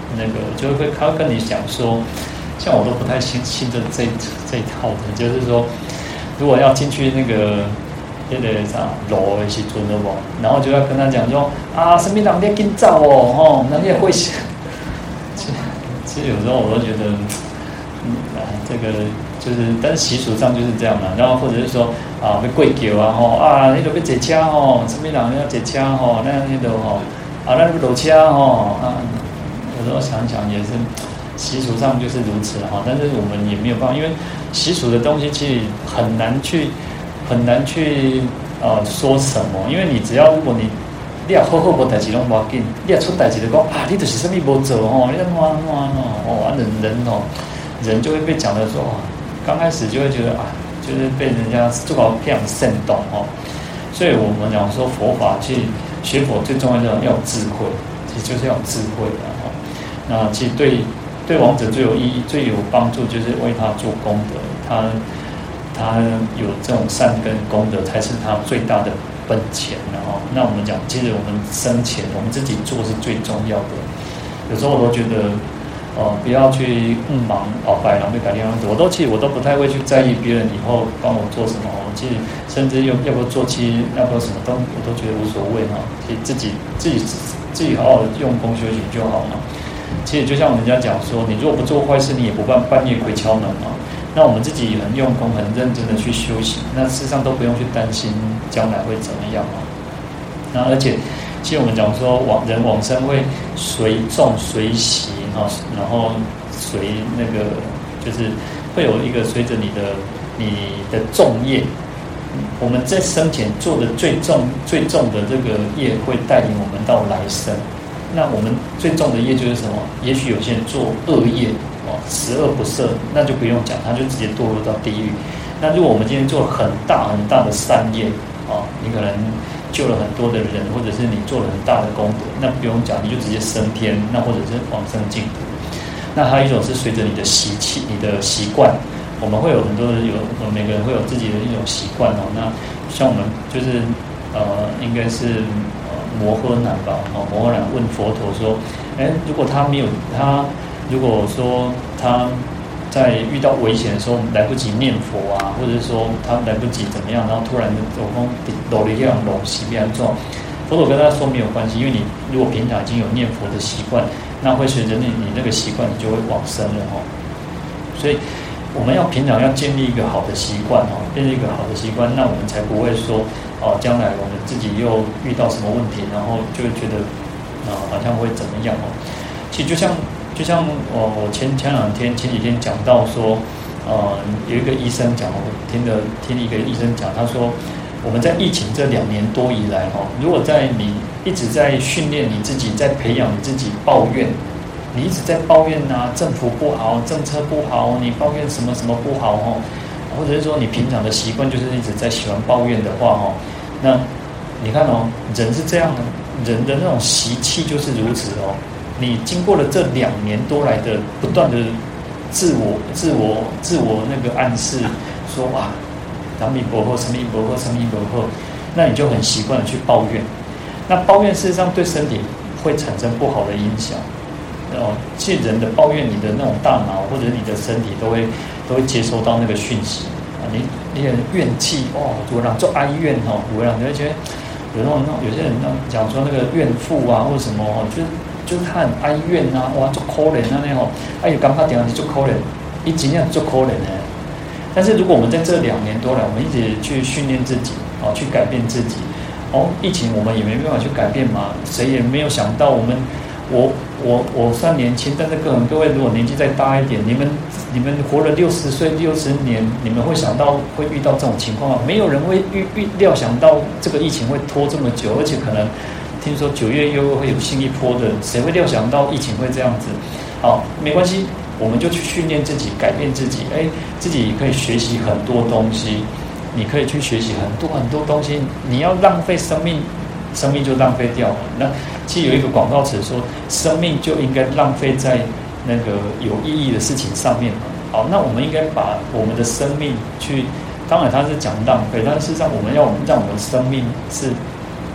[SPEAKER 1] 那个就会他会跟你讲说，像我都不太信信这这这一套的，就是说，如果要进去那个那个啥楼的时阵了不，然后就要跟他讲说啊，什么人在紧走哦，吼，那你也会想，其其实有时候我都觉得，嗯，这个就是，但是习俗上就是这样嘛。然后或者是说啊，被跪叫啊，吼啊，那个被坐车吼，什么人要坐车吼，那那个吼啊，那个落车吼啊，有时候想一想也是。习俗上就是如此哈，但是我们也没有办法，因为习俗的东西其实很难去很难去呃说什么，因为你只要如果你你也好好无代志拢无要紧，你也出代志就讲啊，你就是什么无做吼，你怎么怎么哦，人人哦人就会被讲的说，刚开始就会觉得啊，就是被人家做好骗煽动哦，所以我们讲说佛法去学佛最重要的要有智慧，其实就是要有智慧的哈。那其实对。对亡者最有意义、最有帮助，就是为他做功德。他他有这种善根功德，才是他最大的本钱。然后，那我们讲，其实我们生前我们自己做是最重要的。有时候我都觉得，呃，不要去嗯忙哦，白狼被改变样子，我都其实我都不太会去在意别人以后帮我做什么。我其实甚至用要不要做，其实要不要什么都我都觉得无所谓哈。其实自己自己自己好好的用功修行就好了。其实就像人家讲说，你如果不做坏事，你也不半半夜鬼敲门嘛。那我们自己很用功、很认真的去修行，那事实上都不用去担心将来会怎么样嘛。那而且，其实我们讲说往人往生会随众随喜哈，然后随那个就是会有一个随着你的你的重业，我们在生前做的最重最重的这个业，会带领我们到来生。那我们最重的业就是什么？也许有些人做恶业哦，十恶不赦，那就不用讲，他就直接堕入到地狱。那如果我们今天做很大很大的善业哦，你可能救了很多的人，或者是你做了很大的功德，那不用讲，你就直接升天，那或者是往生净土。那还有一种是随着你的习气、你的习惯，我们会有很多人有，每个人会有自己的一种习惯哦。那像我们就是呃，应该是。摩诃男吧，哦，摩诃男问佛陀说：“哎，如果他没有他，如果说他在遇到危险的时候来不及念佛啊，或者是说他来不及怎么样，然后突然有风抖了一样龙西边状，佛陀跟他说没有关系，因为你如果平常已经有念佛的习惯，那会随着你你那个习惯，你就会往生了哦。所以我们要平常要建立一个好的习惯哦，建立一个好的习惯，那我们才不会说。”哦，将来我们自己又遇到什么问题，然后就会觉得啊、呃，好像会怎么样哦？其实就像就像我我前前两天前几天讲到说，呃，有一个医生讲，我听的听一个医生讲，他说我们在疫情这两年多以来哈、哦，如果在你一直在训练你自己，在培养你自己抱怨，你一直在抱怨啊，政府不好，政策不好，你抱怨什么什么不好哦。或者是说你平常的习惯就是一直在喜欢抱怨的话哦，那你看哦，人是这样的，人的那种习气就是如此哦。你经过了这两年多来的不断的自我、自我、自我那个暗示，说哇，咱们不好，什么不好，什么不好，那你就很习惯的去抱怨。那抱怨事实上对身体会产生不好的影响。哦，其实人的抱怨，你的那种大脑或者你的身体都会都会接收到那个讯息啊。你你的怨气哦，有人做哀怨哦，有人你会觉得有那种那种有些人那讲说那个怨妇啊或者什么哦，就是就是他很哀怨啊，哇，做可怜啊那种，哎有刚刚点你做可怜，一尽量做可怜呢。但是如果我们在这两年多来，我们一直去训练自己哦，去改变自己哦，疫情我们也没办法去改变嘛，谁也没有想到我们我。我我算年轻，但是各各位如果年纪再大一点，你们你们活了六十岁六十年，你们会想到会遇到这种情况吗？没有人会预预料想到这个疫情会拖这么久，而且可能听说九月又会有新一波的，谁会料想到疫情会这样子？好，没关系，我们就去训练自己，改变自己，哎，自己可以学习很多东西，你可以去学习很多很多东西，你要浪费生命。生命就浪费掉了。那其实有一个广告词说，生命就应该浪费在那个有意义的事情上面。好，那我们应该把我们的生命去，当然他是讲浪费，但事实上我们要让我们的生命是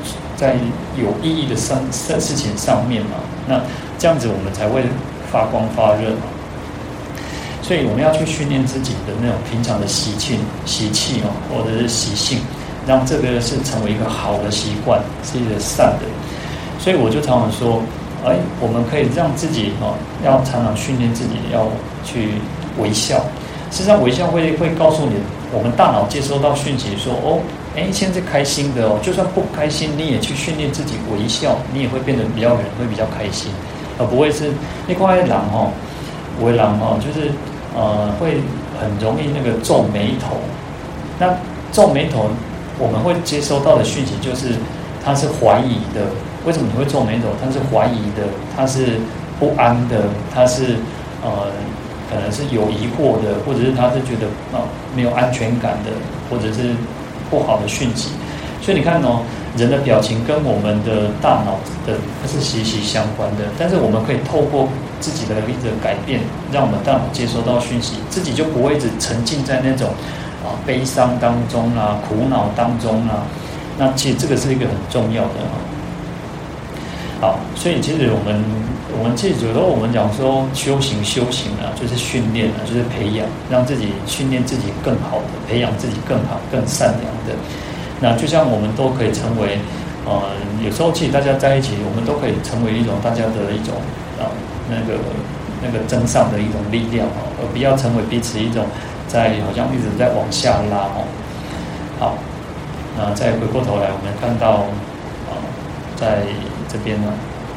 [SPEAKER 1] 在有意义的事事情上面嘛，那这样子我们才会发光发热嘛。所以我们要去训练自己的那种平常的习气、习气哦，或者是习性，让这个是成为一个好的习惯，是一个善的。所以我就常常说，哎，我们可以让自己哦，要常常训练自己要去微笑。实际上，微笑会会告诉你，我们大脑接收到讯息说，哦，哎，现在开心的哦，就算不开心，你也去训练自己微笑，你也会变得比较人会比较开心，而不会是那块狼哦，为狼哦，就是呃会很容易那个皱眉头。那皱眉头，我们会接收到的讯息就是它是怀疑的。为什么你会皱眉头？它是怀疑的，它是不安的，它是呃可能是有疑惑的，或者是他是觉得啊、呃、没有安全感的，或者是不好的讯息。所以你看哦，人的表情跟我们的大脑的是息息相关的。但是我们可以透过自己的一个改变，让我们大脑接收到讯息，自己就不会一直沉浸在那种啊悲伤当中啊、苦恼当中啊。那其实这个是一个很重要的啊。好，所以其实我们我们其实有时候我们讲说修行修行啊，就是训练啊，就是培养，让自己训练自己更好的，培养自己更好、更善良的。那就像我们都可以成为，呃，有时候其实大家在一起，我们都可以成为一种大家的一种啊、呃、那个那个增上的一种力量哦，而不要成为彼此一种在好像一直在往下拉哦。好，那再回过头来，我们看到啊、呃，在这边呢，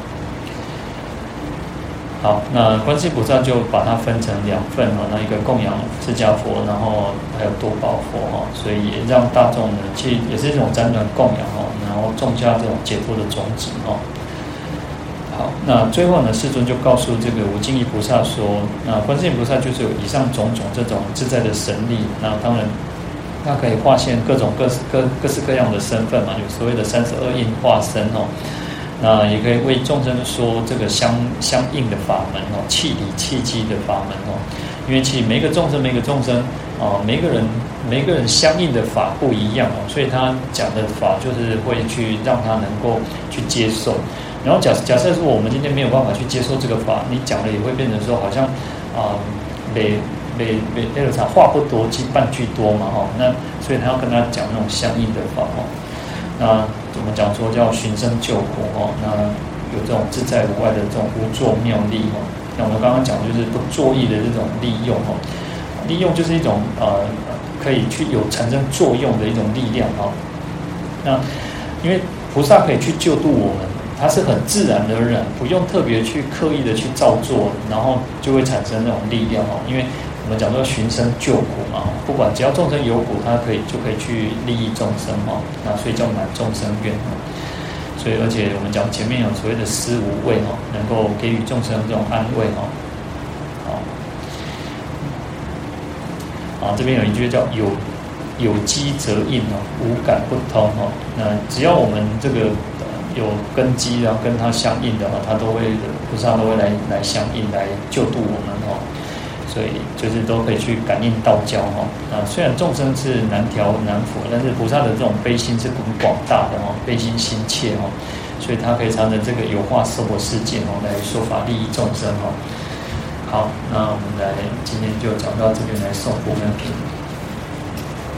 [SPEAKER 1] 好，那观世音菩萨就把它分成两份哈，那一个供养释迦佛，然后还有多宝佛哈，所以也让大众呢，其实也是一种辗转供养哈，然后种下这种解脱的种子哈。好，那最后呢，世尊就告诉这个无尽意菩萨说，那观世音菩萨就是有以上种种这种自在的神力，那当然。它可以化现各种各式各各式各样的身份嘛，有所谓的三十二应化身哦。那也可以为众生说这个相相应的法门哦，契理契机的法门哦。因为其实每一个众生，每一个众生哦，每一个人每一个人相应的法不一样哦，所以他讲的法就是会去让他能够去接受。然后假假设说我们今天没有办法去接受这个法，你讲了也会变成说好像啊没。每每那个啥话不多，即半句多嘛哈，那所以他要跟他讲那种相应的法哈。那怎么讲说叫寻声救苦哈？那有这种自在无碍的这种无作妙力哈。那我们刚刚讲就是不作意的这种利用哈，利用就是一种呃可以去有产生作用的一种力量哈。那因为菩萨可以去救度我们。它是很自然而然，不用特别去刻意的去造作，然后就会产生那种力量哦。因为我们讲说寻声救苦嘛，不管只要众生有苦，它可以就可以去利益众生哦。那所以叫满众生愿哦。所以而且我们讲前面有所谓的施无畏哦，能够给予众生这种安慰哦。好，啊这边有一句叫有有机则应哦，无感不通哦。那只要我们这个。有根基啊，跟它相应的话，它都会菩萨都会来来相应来救度我们哦，所以就是都可以去感应道交哈。那虽然众生是难调难伏，但是菩萨的这种悲心是很广大的哦，悲心心切哦，所以他可以常着这个有化生活世界哦来说法利益众生哦。好，那我们来今天就讲到这边来诵佛门品。